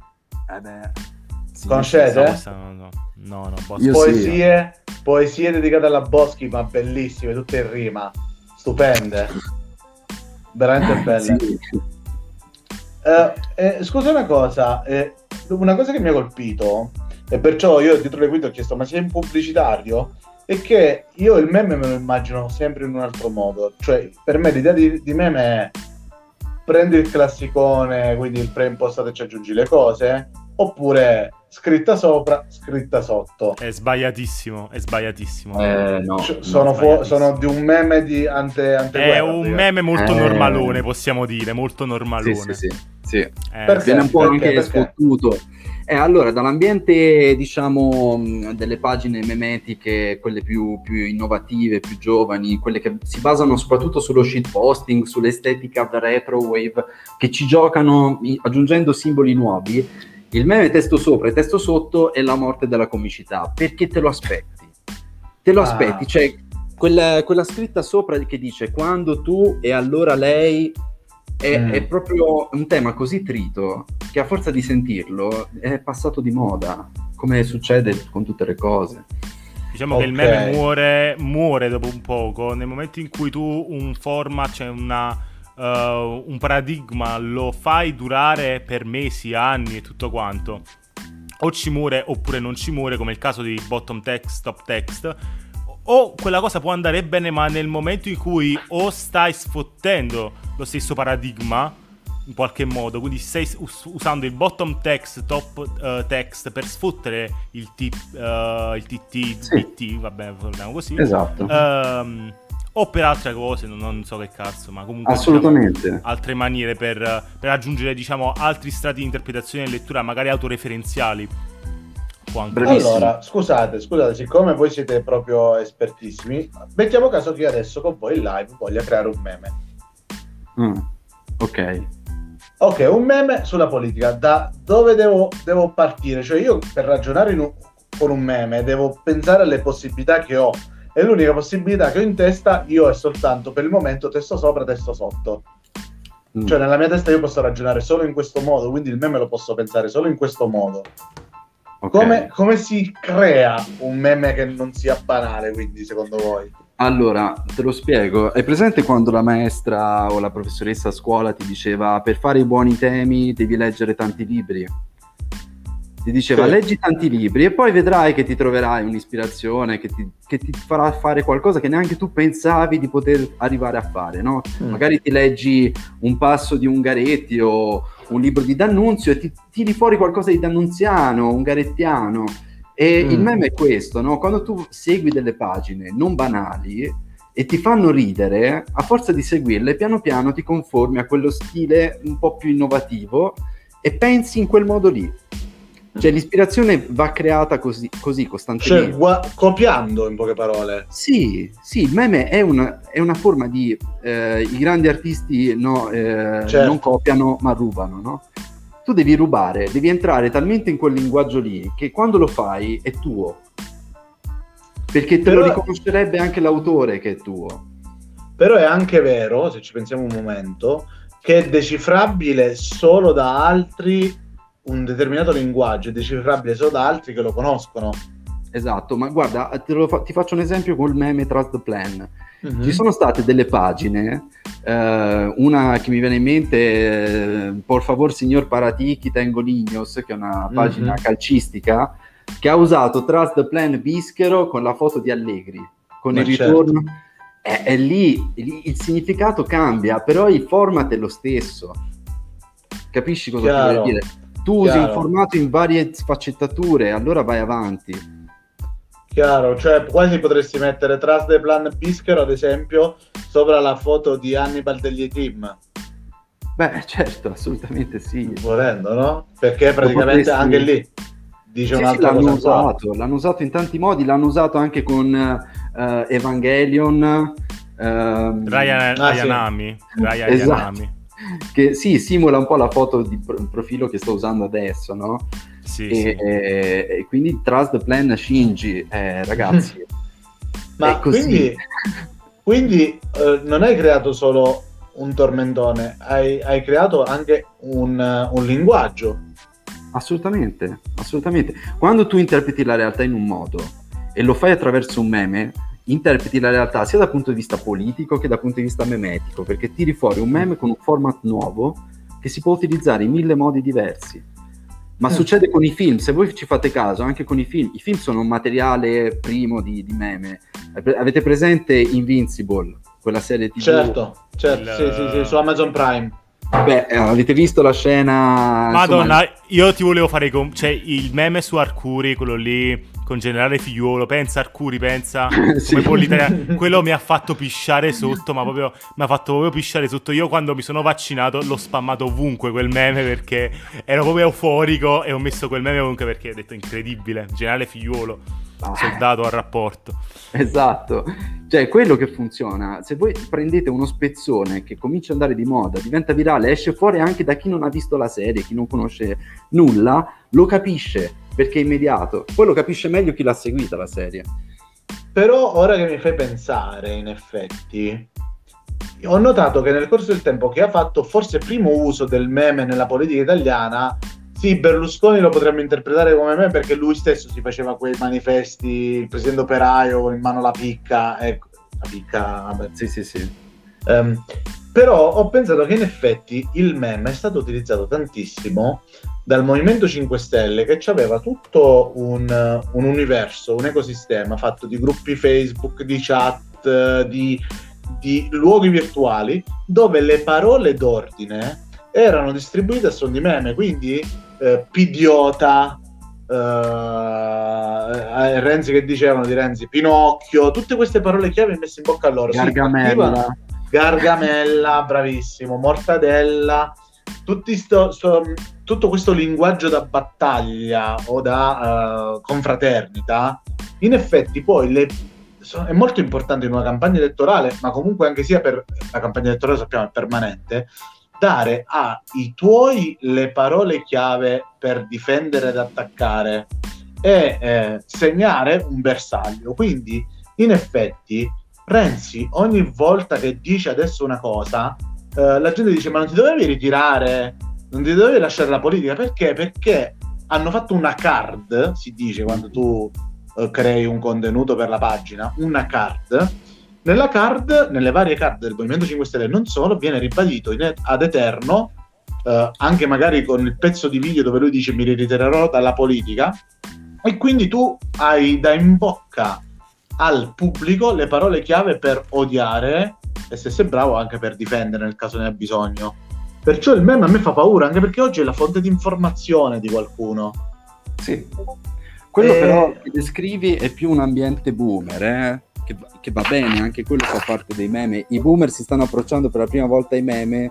Sì, conoscete? No, Boschi. Poesie dedicate alla Boschi, ma bellissime, tutte in rima, stupende, veramente belle. Sì. Scusa una cosa che mi ha colpito, e perciò io dietro le quinte ho chiesto, ma sei in pubblicitario? È che io il meme me lo immagino sempre in un altro modo, cioè per me l'idea di meme è prendi il classicone, quindi il preimpostato e ci aggiungi le cose, oppure scritta sopra, scritta sotto. È sbagliatissimo. No, sono di un meme di anteguerra. È un meme molto normalone, possiamo dire, molto normalone. Sì. Viene un po' anche sfottuto. Allora, dall'ambiente, diciamo, delle pagine memetiche, quelle più innovative, più giovani, quelle che si basano soprattutto sullo shitposting, sull'estetica retrowave, che ci giocano aggiungendo simboli nuovi, il meme testo sopra e testo sotto è la morte della comicità, perché te lo aspetti. Cioè quella scritta sopra che dice quando tu e allora lei è proprio un tema così trito che a forza di sentirlo è passato di moda, come succede con tutte le cose. Diciamo che il meme muore dopo un poco, nel momento in cui tu un format, cioè un paradigma lo fai durare per mesi, anni e tutto quanto, o ci muore oppure non ci muore, come il caso di bottom text, top text, o quella cosa può andare bene, ma nel momento in cui o stai sfottendo lo stesso paradigma in qualche modo, quindi stai usando il bottom text, top text per sfottere il TT, BT, vabbè, parliamo così. Esatto. O per altre cose, non so che cazzo, ma comunque assolutamente, diciamo, altre maniere per aggiungere, diciamo, altri strati di interpretazione e lettura, magari autoreferenziali. Allora, scusate, siccome voi siete proprio espertissimi, mettiamo caso che io adesso con voi in live voglia creare un meme. Ok, un meme sulla politica. Da dove devo partire? Cioè io per ragionare con un meme devo pensare alle possibilità che ho, e l'unica possibilità che ho in testa io è soltanto per il momento testo sopra, testo sotto. Cioè nella mia testa io posso ragionare solo in questo modo, quindi il meme lo posso pensare solo in questo modo. Come si crea un meme che non sia banale, quindi, secondo voi? Allora, te lo spiego. Hai presente quando la maestra o la professoressa a scuola ti diceva per fare i buoni temi devi leggere tanti libri? Ti diceva leggi tanti libri e poi vedrai che ti troverai un'ispirazione che ti farà fare qualcosa che neanche tu pensavi di poter arrivare a fare, no? Magari ti leggi un passo di Ungaretti o un libro di D'Annunzio e ti tiri fuori qualcosa di d'annunziano, ungarettiano. E il meme è questo, no? Quando tu segui delle pagine non banali e ti fanno ridere, a forza di seguirle, piano piano ti conformi a quello stile un po' più innovativo e pensi in quel modo lì. Cioè l'ispirazione va creata così costantemente. Cioè copiando, in poche parole. Sì, il meme è una forma di i grandi artisti non copiano ma rubano, no? Tu devi rubare, devi entrare talmente in quel linguaggio lì che quando lo fai è tuo. Perché te lo riconoscerebbe anche l'autore che è tuo. Però è anche vero, se ci pensiamo un momento, che è decifrabile solo da altri. Un determinato linguaggio è decifrabile solo da altri che lo conoscono. Esatto, ma guarda, ti faccio un esempio col meme Trust the Plan. Ci sono state delle pagine, una che mi viene in mente, Por favor signor Paratichi tengo niños, che è una pagina calcistica, che ha usato Trust the Plan Bischero con la foto di Allegri, con il ritorno. È lì il significato cambia, però il format è lo stesso. Capisci cosa ti voglio dire? Tu usi un formato in varie sfaccettature, allora vai avanti. Chiaro, cioè quasi potresti mettere Trust the Plan Bischero, ad esempio, sopra la foto di Hannibal degli E-Team. Beh, certo, assolutamente sì. Volendo, no? Perché praticamente anche lì dice un'altra cosa. L'hanno usato in tanti modi, l'hanno usato anche con Evangelion. Ryan Ayanami. Esatto. Che sì, simula un po' la foto di profilo che sto usando adesso, no? Sì, e quindi Trust the Plan Shinji, ragazzi. Ma quindi non hai creato solo un tormentone, hai creato anche un linguaggio. Assolutamente. Quando tu interpreti la realtà in un modo e lo fai attraverso un meme, interpreti la realtà sia dal punto di vista politico che dal punto di vista memetico, perché tiri fuori un meme con un format nuovo che si può utilizzare in 1000 modi diversi. Ma succede con i film, se voi ci fate caso, anche con i film sono un materiale primo di meme. Avete presente Invincible, quella serie TV? Certo, sì, su Amazon Prime. Beh, avete visto la scena? Madonna, insomma... io ti volevo fare cioè il meme su Arcuri, quello lì con Generale Figliuolo, pensa Arcuri, pensa sì. come italiana. Quello mi ha fatto pisciare sotto, ma proprio mi ha fatto proprio pisciare sotto. Io quando mi sono vaccinato l'ho spammato ovunque quel meme perché ero proprio euforico e ho messo quel meme ovunque perché ho detto incredibile, Generale Figliuolo, soldato al rapporto. Esatto, cioè quello che funziona, se voi prendete uno spezzone che comincia ad andare di moda, diventa virale, esce fuori anche da chi non ha visto la serie, chi non conosce nulla, lo capisce perché è immediato, poi lo capisce meglio chi l'ha seguita la serie. Però ora che mi fai pensare, in effetti, ho notato che nel corso del tempo che ha fatto forse primo uso del meme nella politica italiana, sì, Berlusconi lo potremmo interpretare come meme perché lui stesso si faceva quei manifesti, il presidente operaio con in mano la picca, ecco, la picca, vabbè. Sì. Però ho pensato che in effetti il meme è stato utilizzato tantissimo dal Movimento 5 Stelle, che aveva tutto un universo, un ecosistema fatto di gruppi Facebook, di chat, di luoghi virtuali, dove le parole d'ordine erano distribuite a suon di meme, quindi Pidiota, Renzi, che dicevano di Renzi, Pinocchio, tutte queste parole chiave messe in bocca a loro. Gargamella, bravissimo, Mortadella, tutto questo linguaggio da battaglia o da confraternita, in effetti poi è molto importante in una campagna elettorale, ma comunque anche sia per la campagna elettorale, sappiamo, è permanente, dare ai tuoi le parole chiave per difendere ed attaccare e segnare un bersaglio. Quindi in effetti Renzi ogni volta che dice adesso una cosa, la gente dice ma non ti dovevi ritirare, non ti dovevi lasciare la politica, perché hanno fatto una card, si dice quando tu crei un contenuto per la pagina, una card. Nella card, nelle varie card del Movimento 5 Stelle, non solo, viene ribadito ad eterno, anche magari con il pezzo di video dove lui dice mi ritirerò dalla politica, e quindi tu hai da in bocca al pubblico le parole chiave per odiare e, se sei bravo, anche per difendere nel caso ne ha bisogno. Perciò il meme a me fa paura, anche perché oggi è la fonte di informazione di qualcuno. Sì. Quello però che descrivi è più un ambiente boomer, che va bene, anche quello fa parte dei meme. I boomer si stanno approcciando per la prima volta ai meme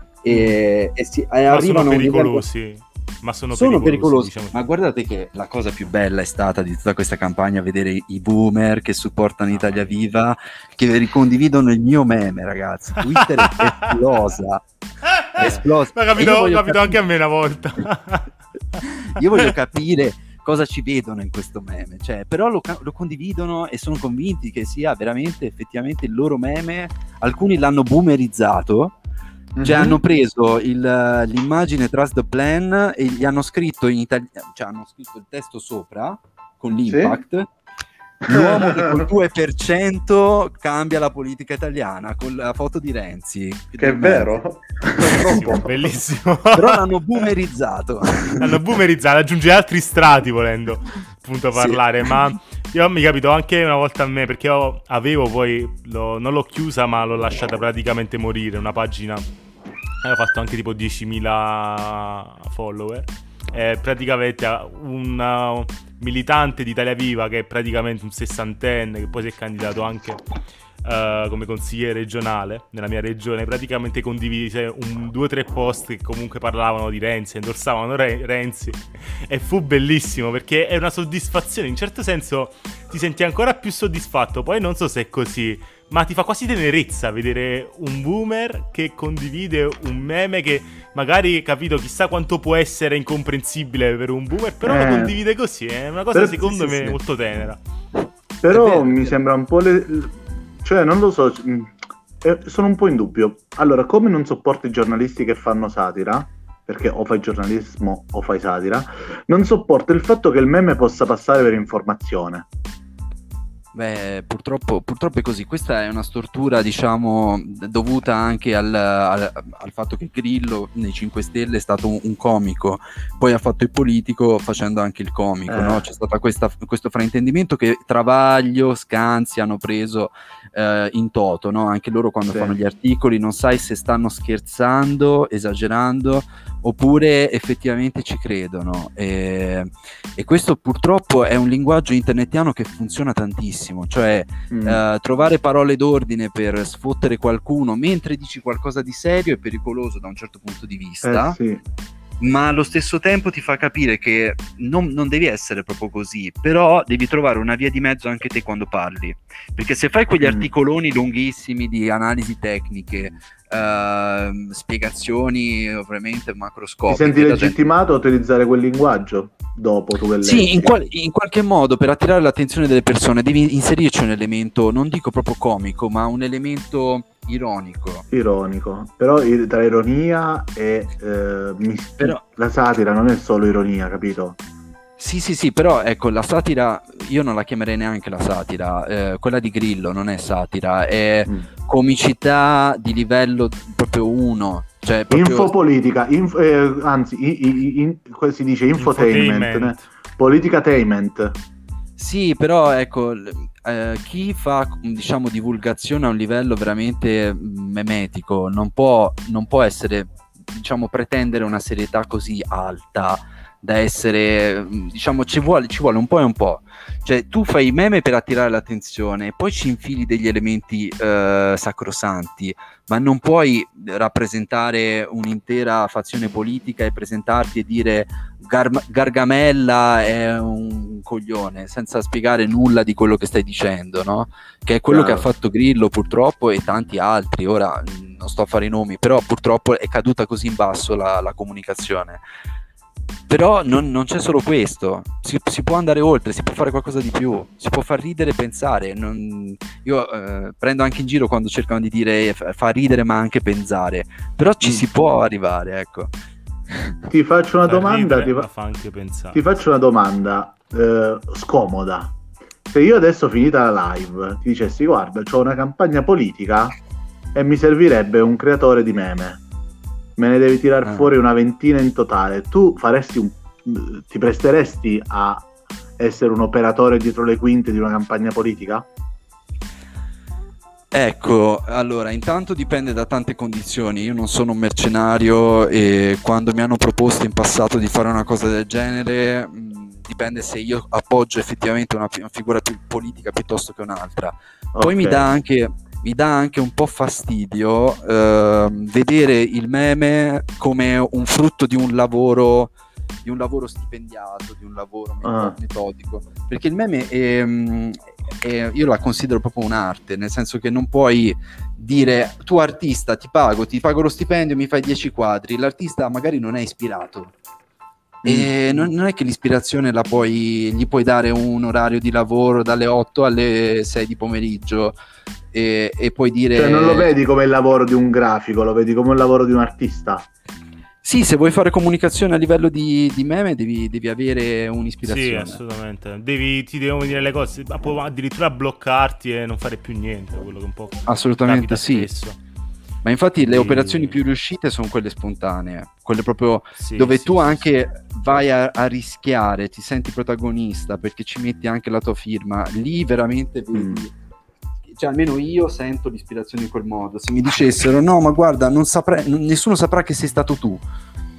e arrivano sono pericolosi. Ma sono pericolosi. Diciamo. Ma guardate che la cosa più bella è stata di tutta questa campagna vedere i boomer che supportano Italia Viva, che ricondividono il mio meme, ragazzi. Twitter è esplosa. Ma capito anche a me una volta. Io voglio capire cosa ci vedono in questo meme, cioè, però lo condividono e sono convinti che sia veramente effettivamente il loro meme. Alcuni l'hanno boomerizzato, cioè hanno preso l'immagine Trust the Plan e gli hanno scritto in italiano, cioè hanno scritto il testo sopra con l'impact, l'uomo che col 2% cambia la politica italiana, con la foto di Renzi, che è vero. Bellissimo. Però l'hanno boomerizzato, aggiunge altri strati volendo appunto parlare. Ma io mi capito anche una volta a me, perché io avevo poi non l'ho chiusa ma l'ho lasciata praticamente morire, una pagina, avevo fatto anche tipo 10.000 follower, praticamente un militante di Italia Viva, che è praticamente un sessantenne, che poi si è candidato anche come consigliere regionale nella mia regione, praticamente condivise 2 o 3 post che comunque parlavano di Renzi, endorsavano Renzi, e fu bellissimo perché è una soddisfazione, in certo senso ti senti ancora più soddisfatto. Poi non so se è così, ma ti fa quasi tenerezza vedere un boomer che condivide un meme che magari, capito, chissà quanto può essere incomprensibile per un boomer, però lo condivide così, è una cosa secondo me molto tenera. Però mi sembra un po' cioè non lo so, sono un po' in dubbio. Allora, come non sopporto i giornalisti che fanno satira, perché o fai giornalismo o fai satira, non sopporto il fatto che il meme possa passare per informazione. Beh, purtroppo è così. Questa è una stortura, diciamo, dovuta anche al fatto che Grillo nei 5 Stelle è stato un comico, poi ha fatto il politico facendo anche il comico, no? C'è stato questo fraintendimento che Travaglio, Scanzi hanno preso in toto, no? Anche loro quando fanno gli articoli non sai se stanno scherzando, esagerando, oppure effettivamente ci credono, e questo purtroppo è un linguaggio internetiano che funziona tantissimo, cioè trovare parole d'ordine per sfottere qualcuno mentre dici qualcosa di serio è pericoloso da un certo punto di vista, ma allo stesso tempo ti fa capire che non devi essere proprio così, però devi trovare una via di mezzo anche te quando parli, perché se fai quegli articoloni lunghissimi di analisi tecniche, spiegazioni ovviamente macroscopiche, ti senti legittimato a utilizzare quel linguaggio dopo tu che leggi? Sì, in qualche modo per attirare l'attenzione delle persone devi inserirci un elemento, non dico proprio comico, ma un elemento ironico, però tra ironia e però la satira non è solo ironia, capito? Sì, però ecco, la satira io non la chiamerei neanche la satira, quella di Grillo non è satira, è comicità di livello proprio 1, cioè proprio... Infopolitica, anzi si dice infotainment. Politicatainment. Sì, però ecco, chi fa, diciamo, divulgazione a un livello veramente memetico non può essere, diciamo, pretendere una serietà così alta da essere, diciamo, ci vuole un po' e un po'. Cioè tu fai i meme per attirare l'attenzione e poi ci infili degli elementi sacrosanti, ma non puoi rappresentare un'intera fazione politica e presentarti e dire Gargamella è un coglione senza spiegare nulla di quello che stai dicendo, no? Che è quello che ha fatto Grillo purtroppo e tanti altri. Ora non sto a fare i nomi, però purtroppo è caduta così in basso la comunicazione. Però non c'è solo questo, si può andare oltre, si può fare qualcosa di più, si può far ridere e pensare. Io prendo anche in giro quando cercano di dire fa ridere ma anche pensare, però ci si può arrivare, ecco. Ti faccio una domanda, ti faccio una domanda scomoda. Se io adesso, finita la live, ti dicessi guarda, c'ho una campagna politica e mi servirebbe un creatore di meme, me ne devi tirar fuori una ventina in totale, tu ti presteresti a essere un operatore dietro le quinte di una campagna politica? Ecco, allora, intanto dipende da tante condizioni. Io non sono un mercenario e quando mi hanno proposto in passato di fare una cosa del genere, dipende se io appoggio effettivamente una figura più politica piuttosto che un'altra. Poi mi dà anche un po' fastidio vedere il meme come un frutto di un lavoro stipendiato, di un lavoro metodico, perché il meme io la considero proprio un'arte, nel senso che non puoi dire tu artista ti pago lo stipendio, mi fai 10 quadri, l'artista magari non è ispirato e non è che l'ispirazione gli puoi dare un orario di lavoro dalle 8 alle 6 di pomeriggio e puoi dire, cioè non lo vedi come il lavoro di un grafico, lo vedi come il lavoro di un artista. Sì, se vuoi fare comunicazione a livello di meme devi avere un'ispirazione. Sì, assolutamente. Ti devono dire le cose, può addirittura bloccarti e non fare più niente, quello che un po' assolutamente sì. Spesso. Ma infatti le operazioni più riuscite sono quelle spontanee, quelle proprio dove tu anche vai a rischiare, ti senti protagonista perché ci metti anche la tua firma. Lì veramente vedi, cioè almeno io sento l'ispirazione in quel modo. Se mi dicessero no ma guarda nessuno saprà che sei stato tu,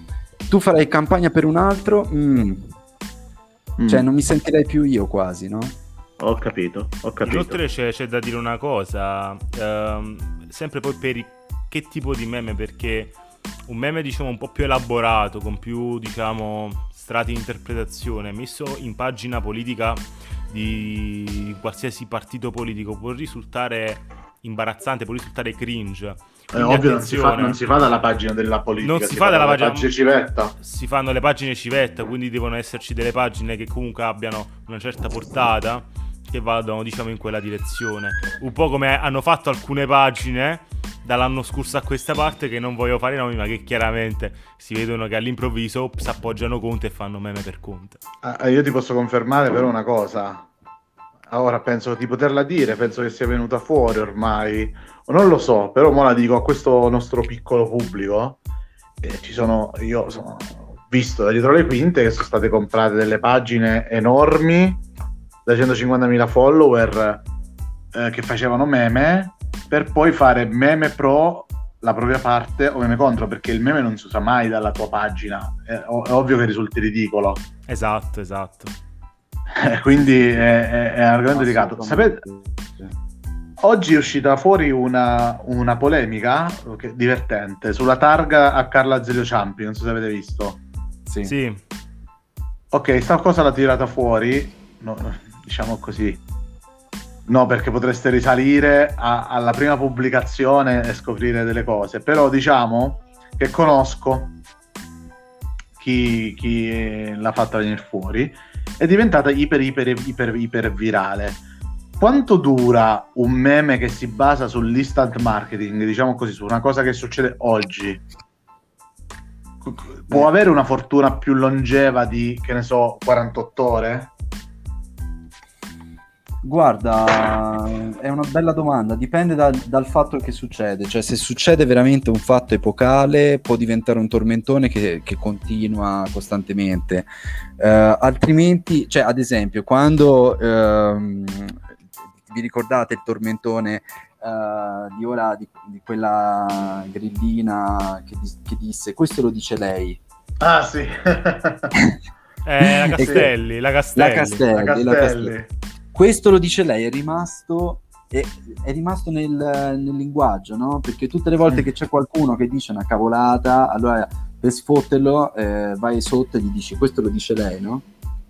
tu farai campagna per un altro, cioè non mi sentirei più io quasi, no? Ho capito. Inoltre c'è da dire una cosa, sempre poi per che tipo di meme, perché un meme diciamo un po' più elaborato, con più diciamo strati di interpretazione, messo in pagina politica di qualsiasi partito politico, può risultare imbarazzante, può risultare cringe. Ovvio, non si fa dalla pagina della politica, non si fa dalla pagina civetta. Si fanno le pagine civetta, quindi devono esserci delle pagine che comunque abbiano una certa portata, che vadano diciamo in quella direzione, un po' come hanno fatto alcune pagine dall'anno scorso a questa parte, che non voglio fare nomi, ma che chiaramente si vedono che all'improvviso si appoggiano Conte e fanno meme per Conte. Io ti posso confermare però una cosa, ora penso di poterla dire, penso che sia venuta fuori ormai, non lo so, però mo la dico a questo nostro piccolo pubblico. Io ho visto da dietro le quinte che sono state comprate delle pagine enormi da 150.000 follower che facevano meme, per poi fare meme pro la propria parte o meme contro, perché il meme non si usa mai dalla tua pagina, è ovvio che risulti ridicolo. Esatto. Quindi è un argomento delicato. Sapete, oggi è uscita fuori una polemica divertente sulla targa a Carla Azeglio Ciampi, non so se avete visto. Sì. Ok, sta cosa l'ha tirata fuori, no, diciamo così. No, perché potreste risalire alla prima pubblicazione e scoprire delle cose, però diciamo che conosco chi l'ha fatta venire fuori. È diventata iper virale. Quanto dura un meme che si basa sull'instant marketing, diciamo così, su una cosa che succede oggi? Può avere una fortuna più longeva di, che ne so, 48 ore? Guarda, è una bella domanda, dipende dal fatto che succede, cioè se succede veramente un fatto epocale può diventare un tormentone che continua costantemente, altrimenti, cioè ad esempio quando vi ricordate il tormentone di quella grillina che disse questo lo dice lei? Ah sì. La Castelli. Questo lo dice lei, è rimasto nel linguaggio, no? Perché tutte le volte che c'è qualcuno che dice una cavolata, allora per sfotterlo vai sotto e gli dici questo lo dice lei, no?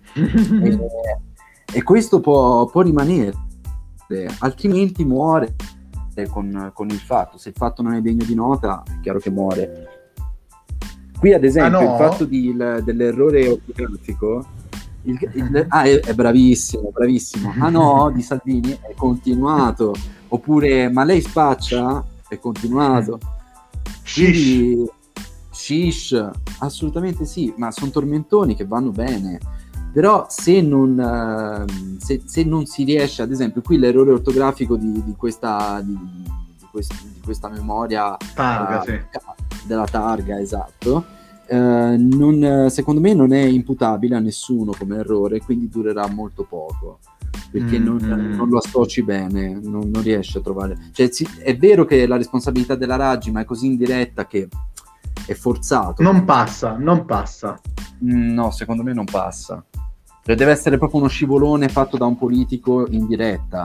e questo può rimanere, altrimenti muore con il fatto. Se il fatto non è degno di nota, è chiaro che muore. Qui ad esempio il fatto dell'errore ortografico, è bravissimo. Ah no, di Salvini è continuato, oppure ma lei spaccia, è continuato. Quindi shish, assolutamente sì, ma sono tormentoni che vanno bene, però se non si riesce, ad esempio qui l'errore ortografico di questa memoria targa, della targa, esatto. Secondo me non è imputabile a nessuno come errore, quindi durerà molto poco, perché non lo associ bene, non riesce a trovare, cioè è vero che la responsabilità della Raggi, ma è così indiretta che è forzato. Non passa. No, secondo me non passa, cioè, deve essere proprio uno scivolone fatto da un politico in diretta.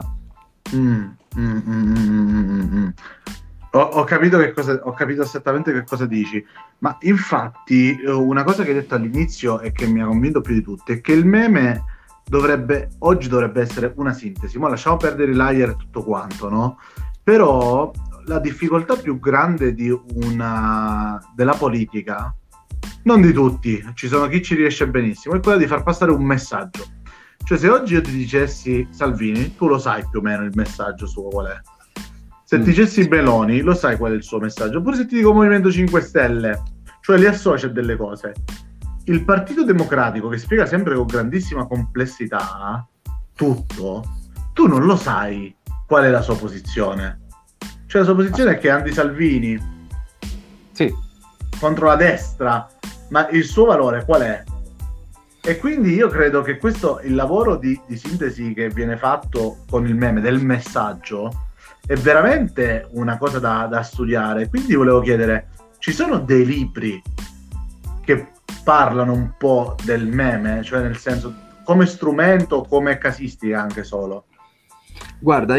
Ho capito esattamente che cosa dici, ma infatti una cosa che hai detto all'inizio e che mi ha convinto più di tutte è che il meme oggi dovrebbe essere una sintesi. Ma lasciamo perdere i layer e tutto quanto, no? Però la difficoltà più grande della politica, non di tutti, ci sono chi ci riesce benissimo, è quella di far passare un messaggio. Cioè se oggi io ti dicessi Salvini, tu lo sai più o meno il messaggio suo qual è. Se ti dicessi Meloni, lo sai qual è il suo messaggio. Oppure se ti dico Movimento 5 Stelle, cioè li associa a delle cose. Il Partito Democratico, che spiega sempre con grandissima complessità tutto, tu non lo sai qual è la sua posizione. Cioè la sua posizione è che è anti-Salvini, sì, contro la destra, ma il suo valore qual è? E quindi io credo che questo, il lavoro di sintesi che viene fatto con il meme del messaggio, è veramente una cosa da studiare. Quindi volevo chiedere, ci sono dei libri che parlano un po' del meme, cioè nel senso come strumento, come casistica anche solo? Guarda,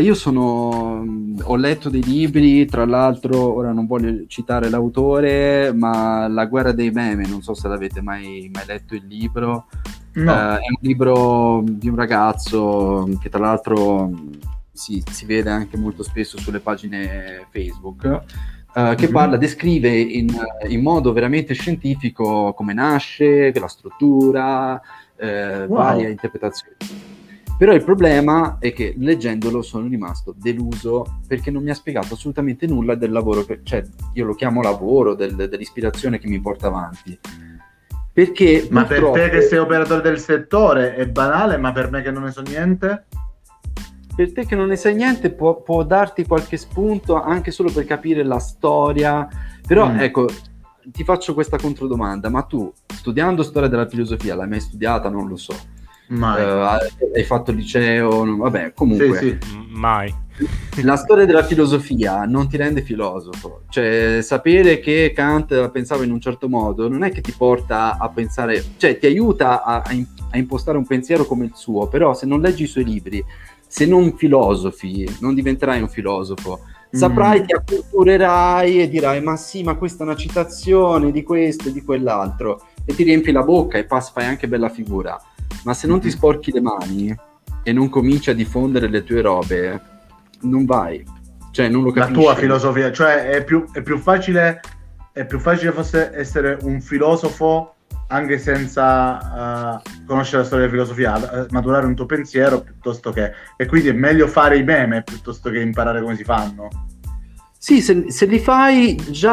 ho letto dei libri, tra l'altro, ora non voglio citare l'autore, ma La guerra dei meme, non so se l'avete mai letto il libro. No. È un libro di un ragazzo che tra l'altro si vede anche molto spesso sulle pagine Facebook, che descrive in modo veramente scientifico come nasce, la struttura, varie interpretazioni. Però il problema è che leggendolo sono rimasto deluso perché non mi ha spiegato assolutamente nulla del lavoro, cioè io lo chiamo lavoro, dell'ispirazione che mi porta avanti. Perché ma per te che sei operatore del settore è banale, ma per me che non ne so niente? Per te che non ne sai niente può darti qualche spunto anche solo per capire la storia, però ecco, ti faccio questa controdomanda, ma tu studiando storia della filosofia l'hai mai studiata? Non lo so. Mai. Hai fatto il liceo? Vabbè, comunque. Sì. Mai. La storia della filosofia non ti rende filosofo, cioè sapere che Kant pensava in un certo modo non è che ti porta a pensare, cioè ti aiuta a impostare un pensiero come il suo, però se non leggi i suoi libri, se non filosofi, non diventerai un filosofo. Saprai, ti acculturerai e dirai ma sì, ma questa è una citazione di questo e di quell'altro, e ti riempi la bocca e fai anche bella figura. Ma se non ti sporchi le mani e non cominci a diffondere le tue robe, non vai, cioè non lo capisci. La tua filosofia, cioè è più facile forse essere un filosofo anche senza conoscere la storia della filosofia, maturare un tuo pensiero piuttosto che, e quindi è meglio fare i meme piuttosto che imparare come si fanno. Sì, se li fai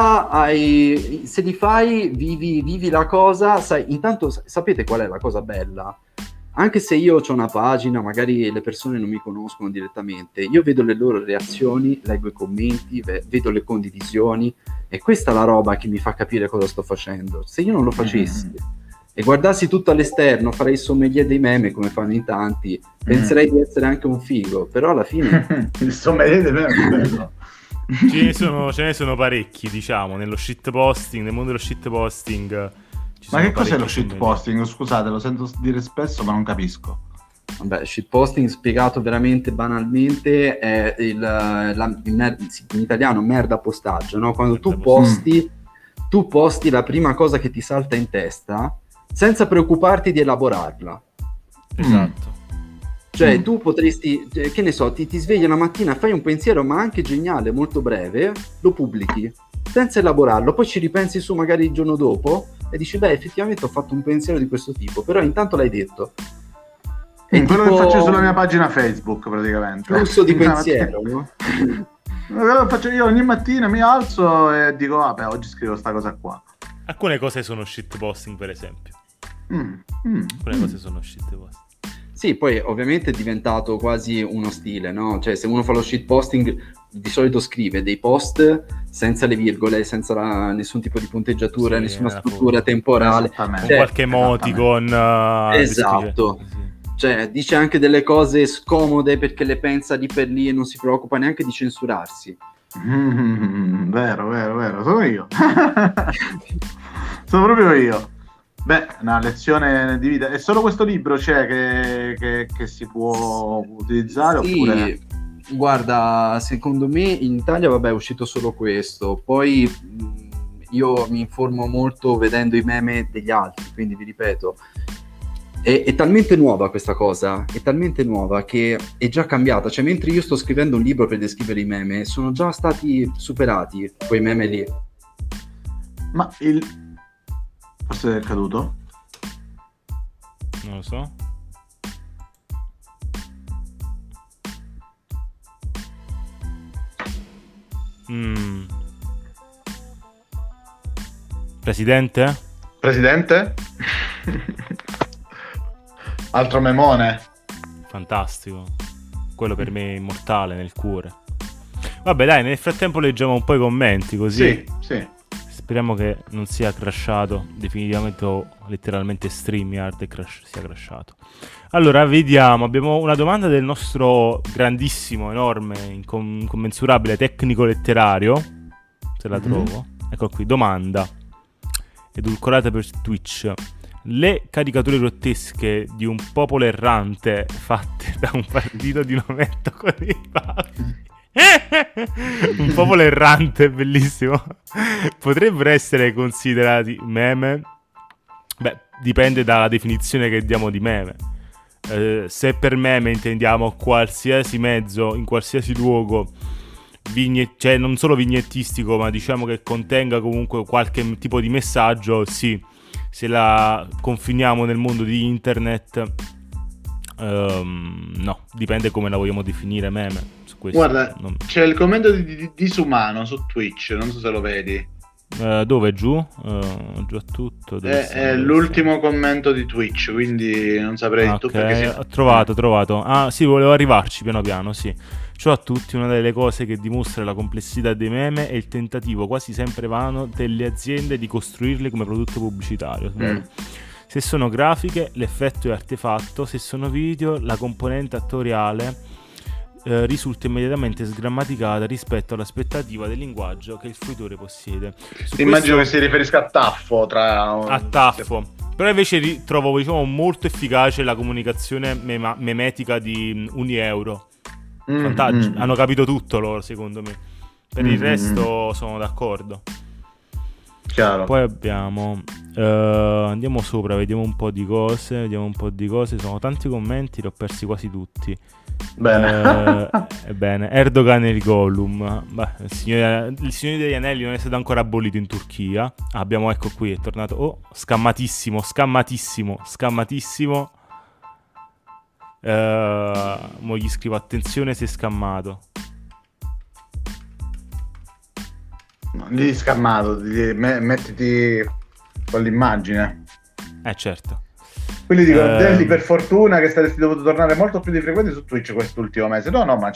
se li fai, vivi la cosa, sai, intanto sapete qual è la cosa bella? Anche se io ho una pagina, magari le persone non mi conoscono direttamente, io vedo le loro reazioni, leggo i commenti, vedo le condivisioni, e questa è la roba che mi fa capire cosa sto facendo. Se io non lo facessi e guardassi tutto all'esterno, farei il sommelier dei meme come fanno in tanti, penserei di essere anche un figo, però alla fine... Il sommelier dei meme è bello. Ce ne sono parecchi, diciamo, nel mondo dello shitposting. Ma che cos'è lo shitposting? Scusate, lo sento dire spesso ma non capisco. Vabbè, shitposting spiegato veramente banalmente è in italiano merda postaggio, no? Quando tu posti la prima cosa che ti salta in testa senza preoccuparti di elaborarla. Esatto. Cioè tu potresti, che ne so, ti svegli una mattina, fai un pensiero ma anche geniale, molto breve, lo pubblichi senza elaborarlo, poi ci ripensi su magari il giorno dopo e dici beh, effettivamente ho fatto un pensiero di questo tipo, però intanto l'hai detto. È quello che faccio sulla mia pagina Facebook praticamente. Flusso di pensiero, no? Quello che faccio io ogni mattina, mi alzo e dico vabbè, oggi scrivo sta cosa qua. Alcune cose sono shitposting, per esempio. Alcune cose sono shitposting. Sì, poi ovviamente è diventato quasi uno stile, no? Cioè se uno fa lo shitposting di solito scrive dei post senza le virgole, senza nessun tipo di punteggiatura, nessuna struttura temporale. Con qualche emoticon. Esatto. Cioè dice anche delle cose scomode perché le pensa lì per lì e non si preoccupa neanche di censurarsi. Vero. Sono io. Sono proprio io. Beh, una lezione di vita. È solo questo libro c'è che si può utilizzare? Sì, oppure... guarda, secondo me in Italia vabbè è uscito solo questo, poi io mi informo molto vedendo i meme degli altri, quindi vi ripeto, è talmente nuova questa cosa, è talmente nuova che è già cambiata, cioè mentre io sto scrivendo un libro per descrivere i meme, sono già stati superati quei meme lì. Ma forse è caduto? Non lo so. Presidente? Altro memone. Fantastico. Quello per me è immortale nel cuore. Vabbè dai, nel frattempo leggiamo un po' i commenti così. Sì. Speriamo che non sia crashato definitivamente o letteralmente StreamYard sia crashato. Allora, vediamo. Abbiamo una domanda del nostro grandissimo, enorme, incommensurabile tecnico letterario. Se la trovo. Ecco qui, domanda. edulcorata per Twitch, le caricature grottesche di un popolo errante fatte da un partito di un ometto con i papi. Un popolo errante, bellissimo. Potrebbero essere considerati meme? Beh, dipende dalla definizione che diamo di meme. Se per meme intendiamo qualsiasi mezzo, in qualsiasi luogo, cioè non solo vignettistico, ma diciamo che contenga comunque qualche tipo di messaggio, sì. Se la confiniamo nel mondo di internet, no, dipende come la vogliamo definire meme. Guarda, c'è il commento di Disumano su Twitch, non so se lo vedi. Dove? Giù? Giù a tutto? È l'ultimo commento di Twitch, quindi non saprei tu perché ho trovato. Ah sì, volevo arrivarci piano piano, sì. Ciò a tutti, una delle cose che dimostra la complessità dei meme è il tentativo quasi sempre vano delle aziende di costruirli come prodotto pubblicitario. Se sono grafiche, l'effetto è artefatto; se sono video, la componente attoriale risulta immediatamente sgrammaticata rispetto all'aspettativa del linguaggio che il fruitore possiede. Immagino che si riferisca a Taffo. A Taffo. Però invece trovo, diciamo, molto efficace la comunicazione memetica di Unieuro. Hanno capito tutto loro, secondo me. Per il resto sono d'accordo. Chiaro. Poi abbiamo andiamo sopra, vediamo un po' di cose. Sono tanti commenti, li ho persi quasi tutti. Bene. Bene. Erdogan e il Gollum. Beh, il Signore degli Anelli non è stato ancora abolito in Turchia. Abbiamo, ecco qui, è tornato. Oh, scammatissimo. Mo gli scrivo: attenzione, sei scammato. No, lì scammato, mettiti con l'immagine. Certo. Quindi dico, Delli, per fortuna che saresti dovuto tornare molto più di frequente su Twitch quest'ultimo mese. No, ma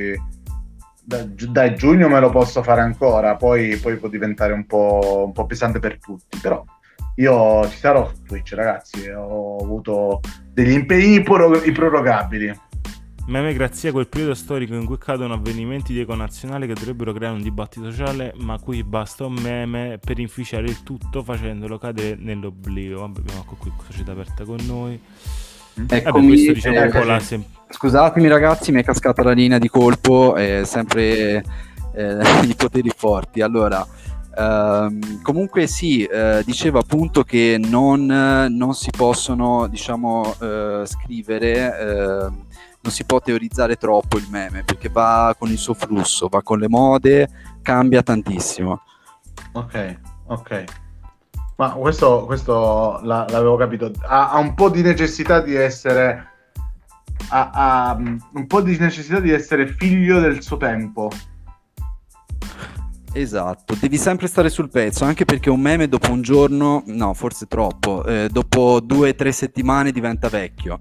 dai giugno me lo posso fare ancora, poi può diventare un po' pesante per tutti, però io ci sarò su Twitch, ragazzi. Ho avuto degli impegni improrogabili. Meme grazie a quel periodo storico in cui cadono avvenimenti di econazionale che dovrebbero creare un dibattito sociale, ma qui basta un meme per inficiare il tutto facendolo cadere nell'oblio. Vabbè, abbiamo qui Società Aperta con noi. Eccomi, questo diciamo un po' la scusatemi ragazzi, mi è cascata la linea di colpo, sempre i poteri forti. Allora, comunque sì, dicevo appunto che non si possono, diciamo, scrivere, non si può teorizzare troppo il meme, perché va con il suo flusso, va con le mode, cambia tantissimo. Ok. Ma questo l'avevo capito. Ha un po' di necessità di essere ha un po' di necessità di essere figlio del suo tempo. Esatto, devi sempre stare sul pezzo, anche perché un meme dopo un giorno, no, forse troppo, dopo 2 o 3 settimane diventa vecchio.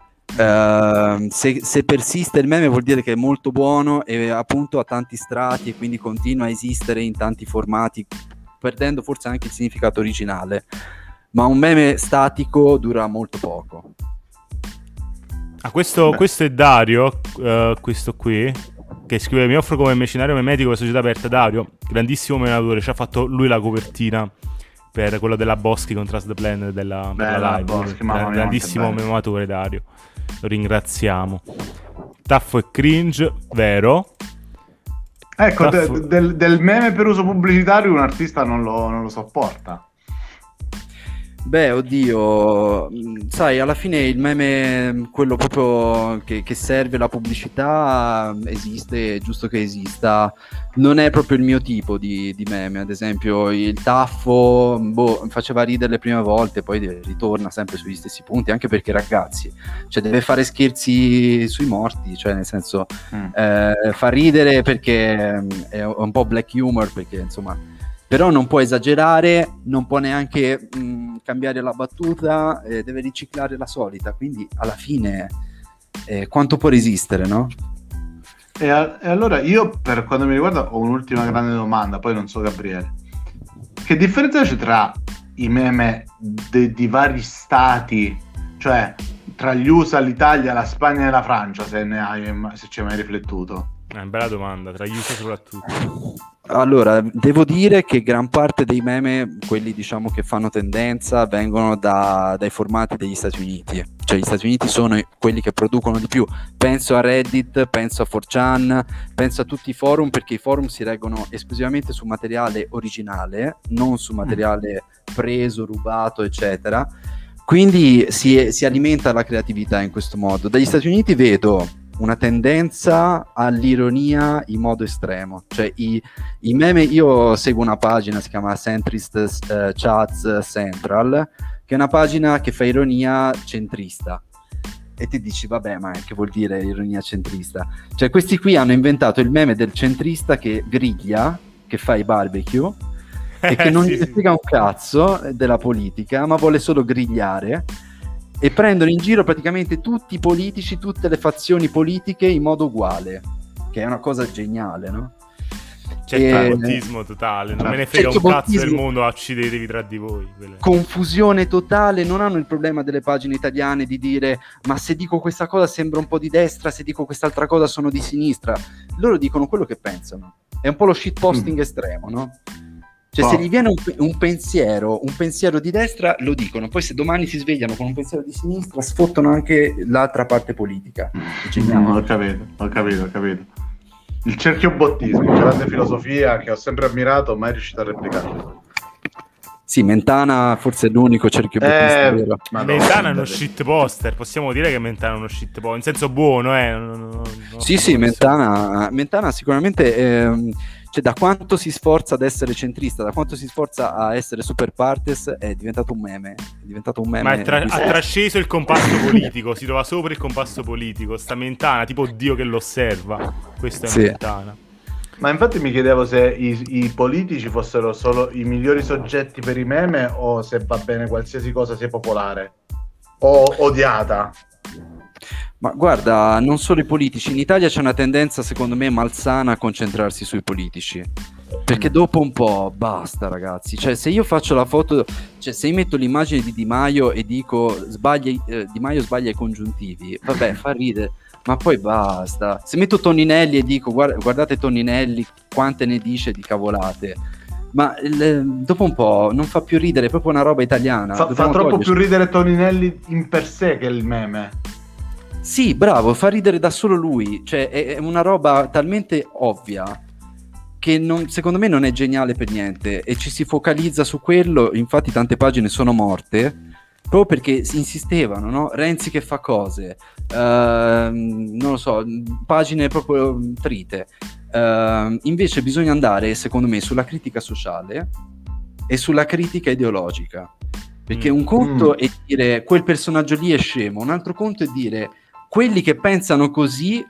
Se persiste il meme vuol dire che è molto buono e appunto ha tanti strati e quindi continua a esistere in tanti formati, perdendo forse anche il significato originale. Ma un meme statico dura molto poco. Questo è Dario, questo qui, che scrive: mi offro come mecenario memetico per Società Aperta. Dario, grandissimo mematore, ci ha fatto lui la copertina per quello della Boschi con Trust the Plan della live. Boschi, grandissimo mematore Dario, lo ringraziamo. Taffo e cringe, vero? Ecco, del meme per uso pubblicitario un artista non lo sopporta. Beh, oddio, sai, alla fine il meme, quello proprio che serve la pubblicità, esiste, è giusto che esista. Non è proprio il mio tipo di meme. Ad esempio il Taffo faceva ridere le prime volte, poi ritorna sempre sugli stessi punti, anche perché, ragazzi, cioè deve fare scherzi sui morti, cioè nel senso fa ridere perché è un po' black humor, perché insomma, però non può esagerare, non può neanche cambiare la battuta, deve riciclare la solita, quindi alla fine quanto può resistere, no? E allora io, per quanto mi riguarda, ho un'ultima grande domanda, poi non so Gabriele. Che differenza c'è tra i meme di vari stati, cioè tra gli USA, l'Italia, la Spagna e la Francia, se ci hai mai riflettuto? Bella domanda, tra gli USA soprattutto. Allora, devo dire che gran parte dei meme, quelli diciamo che fanno tendenza, vengono dai formati degli Stati Uniti. Cioè gli Stati Uniti sono quelli che producono di più. Penso a Reddit, penso a 4chan, penso a tutti i forum, perché i forum si reggono esclusivamente su materiale originale, non su materiale preso, rubato, eccetera. Quindi si alimenta la creatività in questo modo. Dagli Stati Uniti vedo una tendenza all'ironia in modo estremo, cioè i meme. Io seguo una pagina, si chiama Centrist Chats Central, che è una pagina che fa ironia centrista, e ti dici vabbè, ma che vuol dire ironia centrista? Cioè questi qui hanno inventato il meme del centrista che griglia, che fa i barbecue e che non gli spiega un cazzo della politica, ma vuole solo grigliare, e prendono in giro praticamente tutti i politici, tutte le politiche in modo uguale, che è una cosa geniale, no? C'è bottismo totale, non me ne frega un cazzo del mondo, uccidetevi tra di voi. Confusione totale, non hanno il problema delle pagine italiane di dire ma se dico questa cosa sembra un po' di destra, se dico quest'altra cosa sono di sinistra. Loro dicono quello che pensano, è un po' lo shitposting estremo, no? Cioè se gli viene un pensiero di destra lo dicono, poi se domani si svegliano con un pensiero di sinistra sfottono anche l'altra parte politica. Ho capito. Il cerchio bottismo, grande filosofia che ho sempre ammirato, mai riuscito a replicare. Sì, Mentana forse è l'unico cerchio bottista vero. Mentana è uno shitposter, possiamo dire che Mentana è uno shitposter, in senso buono, Sì, Mentana sicuramente cioè da quanto si sforza ad essere centrista, da quanto si sforza a essere super partes, è diventato un meme. Ma ha trasceso il compasso politico, si trova sopra il compasso politico, sta Mentana, tipo Dio che lo osserva. Questo è Mentana. Ma infatti mi chiedevo se i politici fossero solo i migliori soggetti per i meme, o se va bene qualsiasi cosa sia popolare o odiata. Ma guarda, non solo i politici, in Italia c'è una tendenza secondo me malsana a concentrarsi sui politici, perché dopo un po' basta, ragazzi. Cioè se io faccio la foto, cioè se io metto l'immagine di Di Maio e dico Di Maio sbaglia i congiuntivi, vabbè, fa ridere, ma poi basta. Se metto Toninelli e dico guardate Toninelli quante ne dice di cavolate, ma dopo un po' non fa più ridere, è proprio una roba italiana. Fa troppo più ridere Toninelli in per sé che il meme. Sì, bravo, fa ridere da solo lui, cioè è una roba talmente ovvia che secondo me non è geniale per niente, e ci si focalizza su quello. Infatti tante pagine sono morte proprio perché si insistevano, no? Renzi che fa cose, non lo so, pagine proprio trite. Invece bisogna andare, secondo me, sulla critica sociale e sulla critica ideologica, perché un conto è dire quel personaggio lì è scemo, un altro conto è dire quelli che pensano così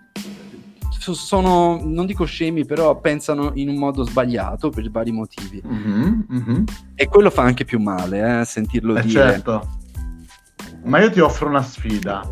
sono, non dico scemi, però pensano in un modo sbagliato per vari motivi. E quello fa anche più male, sentirlo dire. Certo. Ma io ti offro una sfida.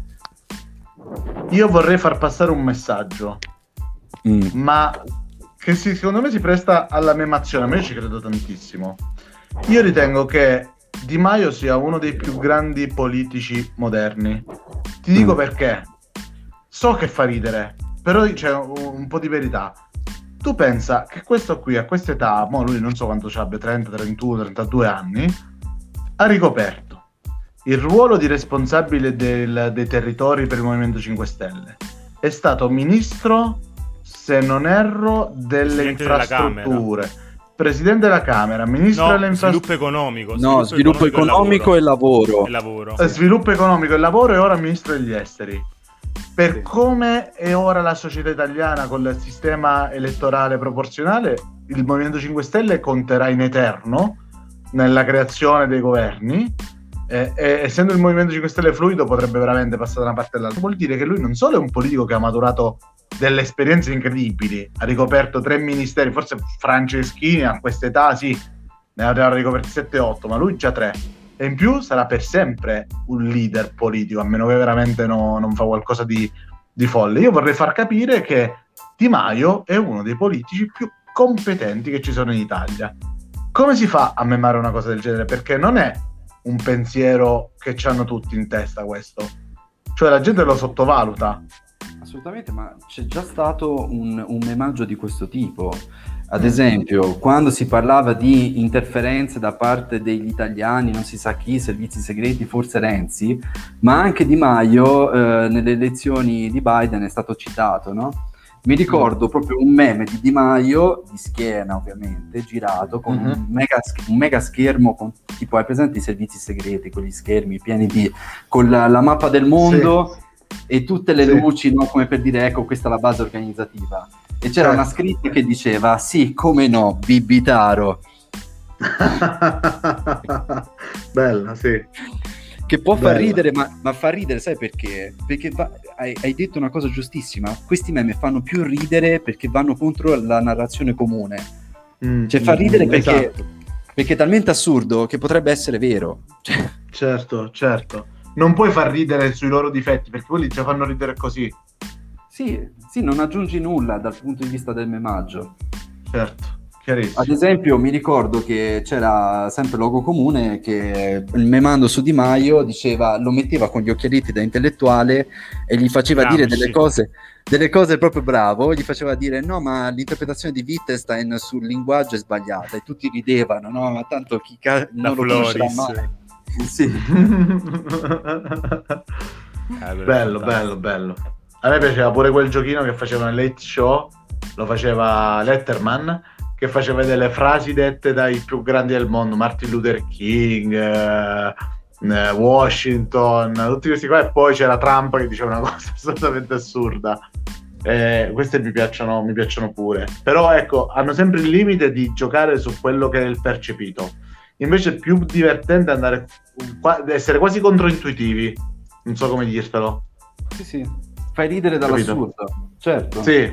Io vorrei far passare un messaggio, ma che secondo me si presta alla memazione. Ma io ci credo tantissimo. Io ritengo che Di Maio sia uno dei più grandi politici moderni. Ti dico perché. So che fa ridere, però c'è un po' di verità. Tu pensa che questo qui a questa età, mo lui non so quanto abbia, 30, 31, 32 anni, ha ricoperto il ruolo di responsabile dei territori per il Movimento 5 Stelle. È stato ministro, se non erro, delle infrastrutture. Presidente della Camera, ministro delle infrastrutture. Sviluppo economico e lavoro. Sviluppo economico e lavoro, e ora ministro degli esteri. Per come è ora la società italiana con il sistema elettorale proporzionale, il Movimento 5 Stelle conterà in eterno nella creazione dei governi, e essendo il Movimento 5 Stelle fluido potrebbe veramente passare da una parte all'altra. Vuol dire che lui non solo è un politico che ha maturato delle esperienze incredibili, ha ricoperto 3 ministeri, forse Franceschini a quest'età sì, ne aveva ricoperti 7-8, ma lui già 3, e in più sarà per sempre un leader politico, a meno che veramente non fa qualcosa di folle. Io vorrei far capire che Di Maio è uno dei politici più competenti che ci sono in Italia. Come si fa a memare una cosa del genere? Perché non è un pensiero che ci hanno tutti in testa questo, cioè la gente lo sottovaluta. Assolutamente, ma c'è già stato un memaggio di questo tipo. Ad esempio, quando si parlava di interferenze da parte degli italiani, non si sa chi, servizi segreti, forse Renzi, ma anche Di Maio nelle elezioni di Biden è stato citato, no? Mi ricordo proprio un meme di Di Maio, di schiena ovviamente, girato, con un mega schermo, con, tipo hai presente i servizi segreti, quegli schermi pieni con la mappa del mondo e tutte le luci, no? Come per dire, ecco, questa è la base organizzativa. E c'era una scritta che diceva, sì, come no, Bibitaro. Bella, sì. Che può far ridere, ma fa ridere, sai perché? Perché hai detto una cosa giustissima. Questi meme fanno più ridere perché vanno contro la narrazione comune. Cioè fa ridere perché è talmente assurdo che potrebbe essere vero. Certo. Non puoi far ridere sui loro difetti, perché quelli già fanno ridere così. Sì, non aggiungi nulla dal punto di vista del memaggio. Certo, chiarissimo. Ad esempio mi ricordo che c'era sempre Logo Comune che memando su Di Maio diceva, lo metteva con gli occhialetti da intellettuale e gli faceva dire delle cose proprio bravo, gli faceva dire no, ma l'interpretazione di Wittgenstein sul linguaggio è sbagliata, e tutti ridevano, no, ma tanto chi non lo conoscerà mai. Sì. Bello. A me piaceva pure quel giochino che faceva nel Late Show, lo faceva Letterman, che faceva delle frasi dette dai più grandi del mondo, Martin Luther King, Washington, tutti questi qua, e poi c'era Trump che diceva una cosa assolutamente assurda. Queste mi piacciono pure, però ecco, hanno sempre il limite di giocare su quello che è il percepito. Invece è più divertente essere quasi controintuitivi, non so come dirtelo. Sì. Fai ridere dall'assurdo, certo. Sì.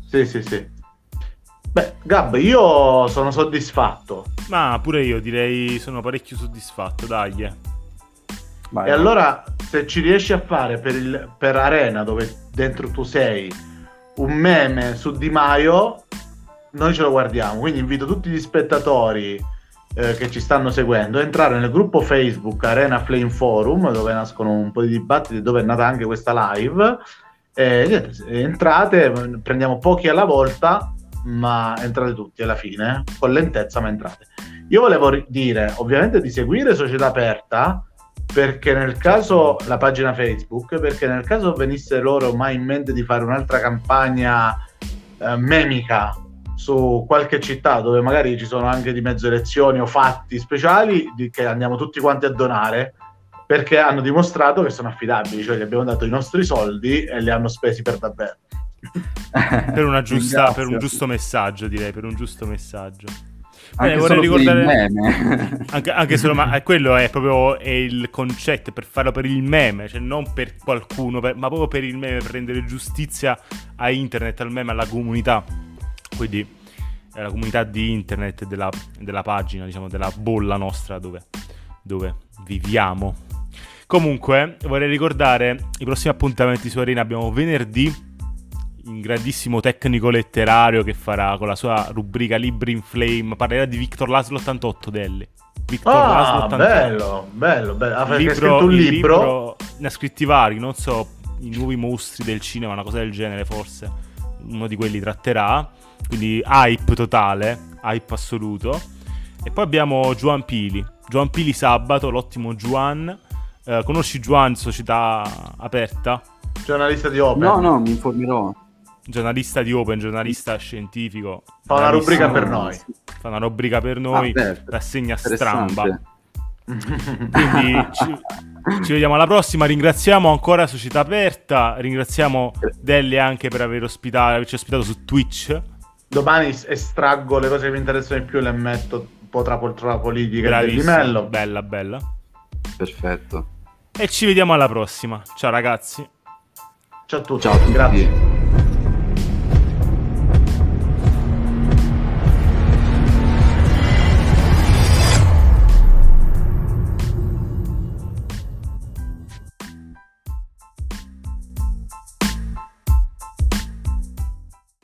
Beh, Gab, io sono soddisfatto. Ma pure io direi sono parecchio soddisfatto, dai. Vai. Allora, se ci riesci a fare per Arena, dove dentro tu sei, un meme su Di Maio, noi ce lo guardiamo. Quindi invito tutti gli spettatori che ci stanno seguendo a entrare nel gruppo Facebook Arena Flame Forum, dove nascono un po' di dibattiti, dove è nata anche questa live. Entrate, prendiamo pochi alla volta, ma entrate tutti alla fine, con lentezza, ma entrate. Io volevo dire ovviamente di seguire Società Aperta, perché nel caso la pagina Facebook, perché nel caso venisse loro mai in mente di fare un'altra campagna memica su qualche città dove magari ci sono anche di mezzo elezioni o fatti speciali, che andiamo tutti quanti a donare, perché hanno dimostrato che sono affidabili, cioè gli abbiamo dato i nostri soldi e li hanno spesi per davvero. Per un giusto messaggio, direi, per un giusto messaggio. Anche vorrei ricordare anche solo, ma quello è proprio il concetto, per farlo per il meme, cioè non per qualcuno, ma proprio per il meme, per rendere giustizia a internet, al meme, alla comunità. Quindi è la comunità di internet, della pagina, diciamo, della bolla nostra dove viviamo. Comunque vorrei ricordare i prossimi appuntamenti su Arena. Abbiamo venerdì un grandissimo tecnico letterario che farà con la sua rubrica Libri in Flame, parlerà di Victor Laszlo 88, Delli. Laszlo 88. Bello. Ha scritto un libro, ne ha scritti vari, non so, i nuovi mostri del cinema, una cosa del genere, forse uno di quelli tratterà, quindi hype totale, hype assoluto. E poi abbiamo Juan Pili sabato, l'ottimo Juan. Conosci Juan, Società Aperta? Giornalista di Open. No, mi informerò. Giornalista di Open, giornalista scientifico. Fa una rubrica per noi. Rassegna stramba. Quindi ci vediamo alla prossima. Ringraziamo ancora Società Aperta. Ringraziamo Delli anche per averci ospitato su Twitch. Domani estraggo le cose che mi interessano di più e le metto un po' tra politica e limello. Bella. Perfetto. E ci vediamo alla prossima. Ciao ragazzi. Ciao a tutti. Grazie.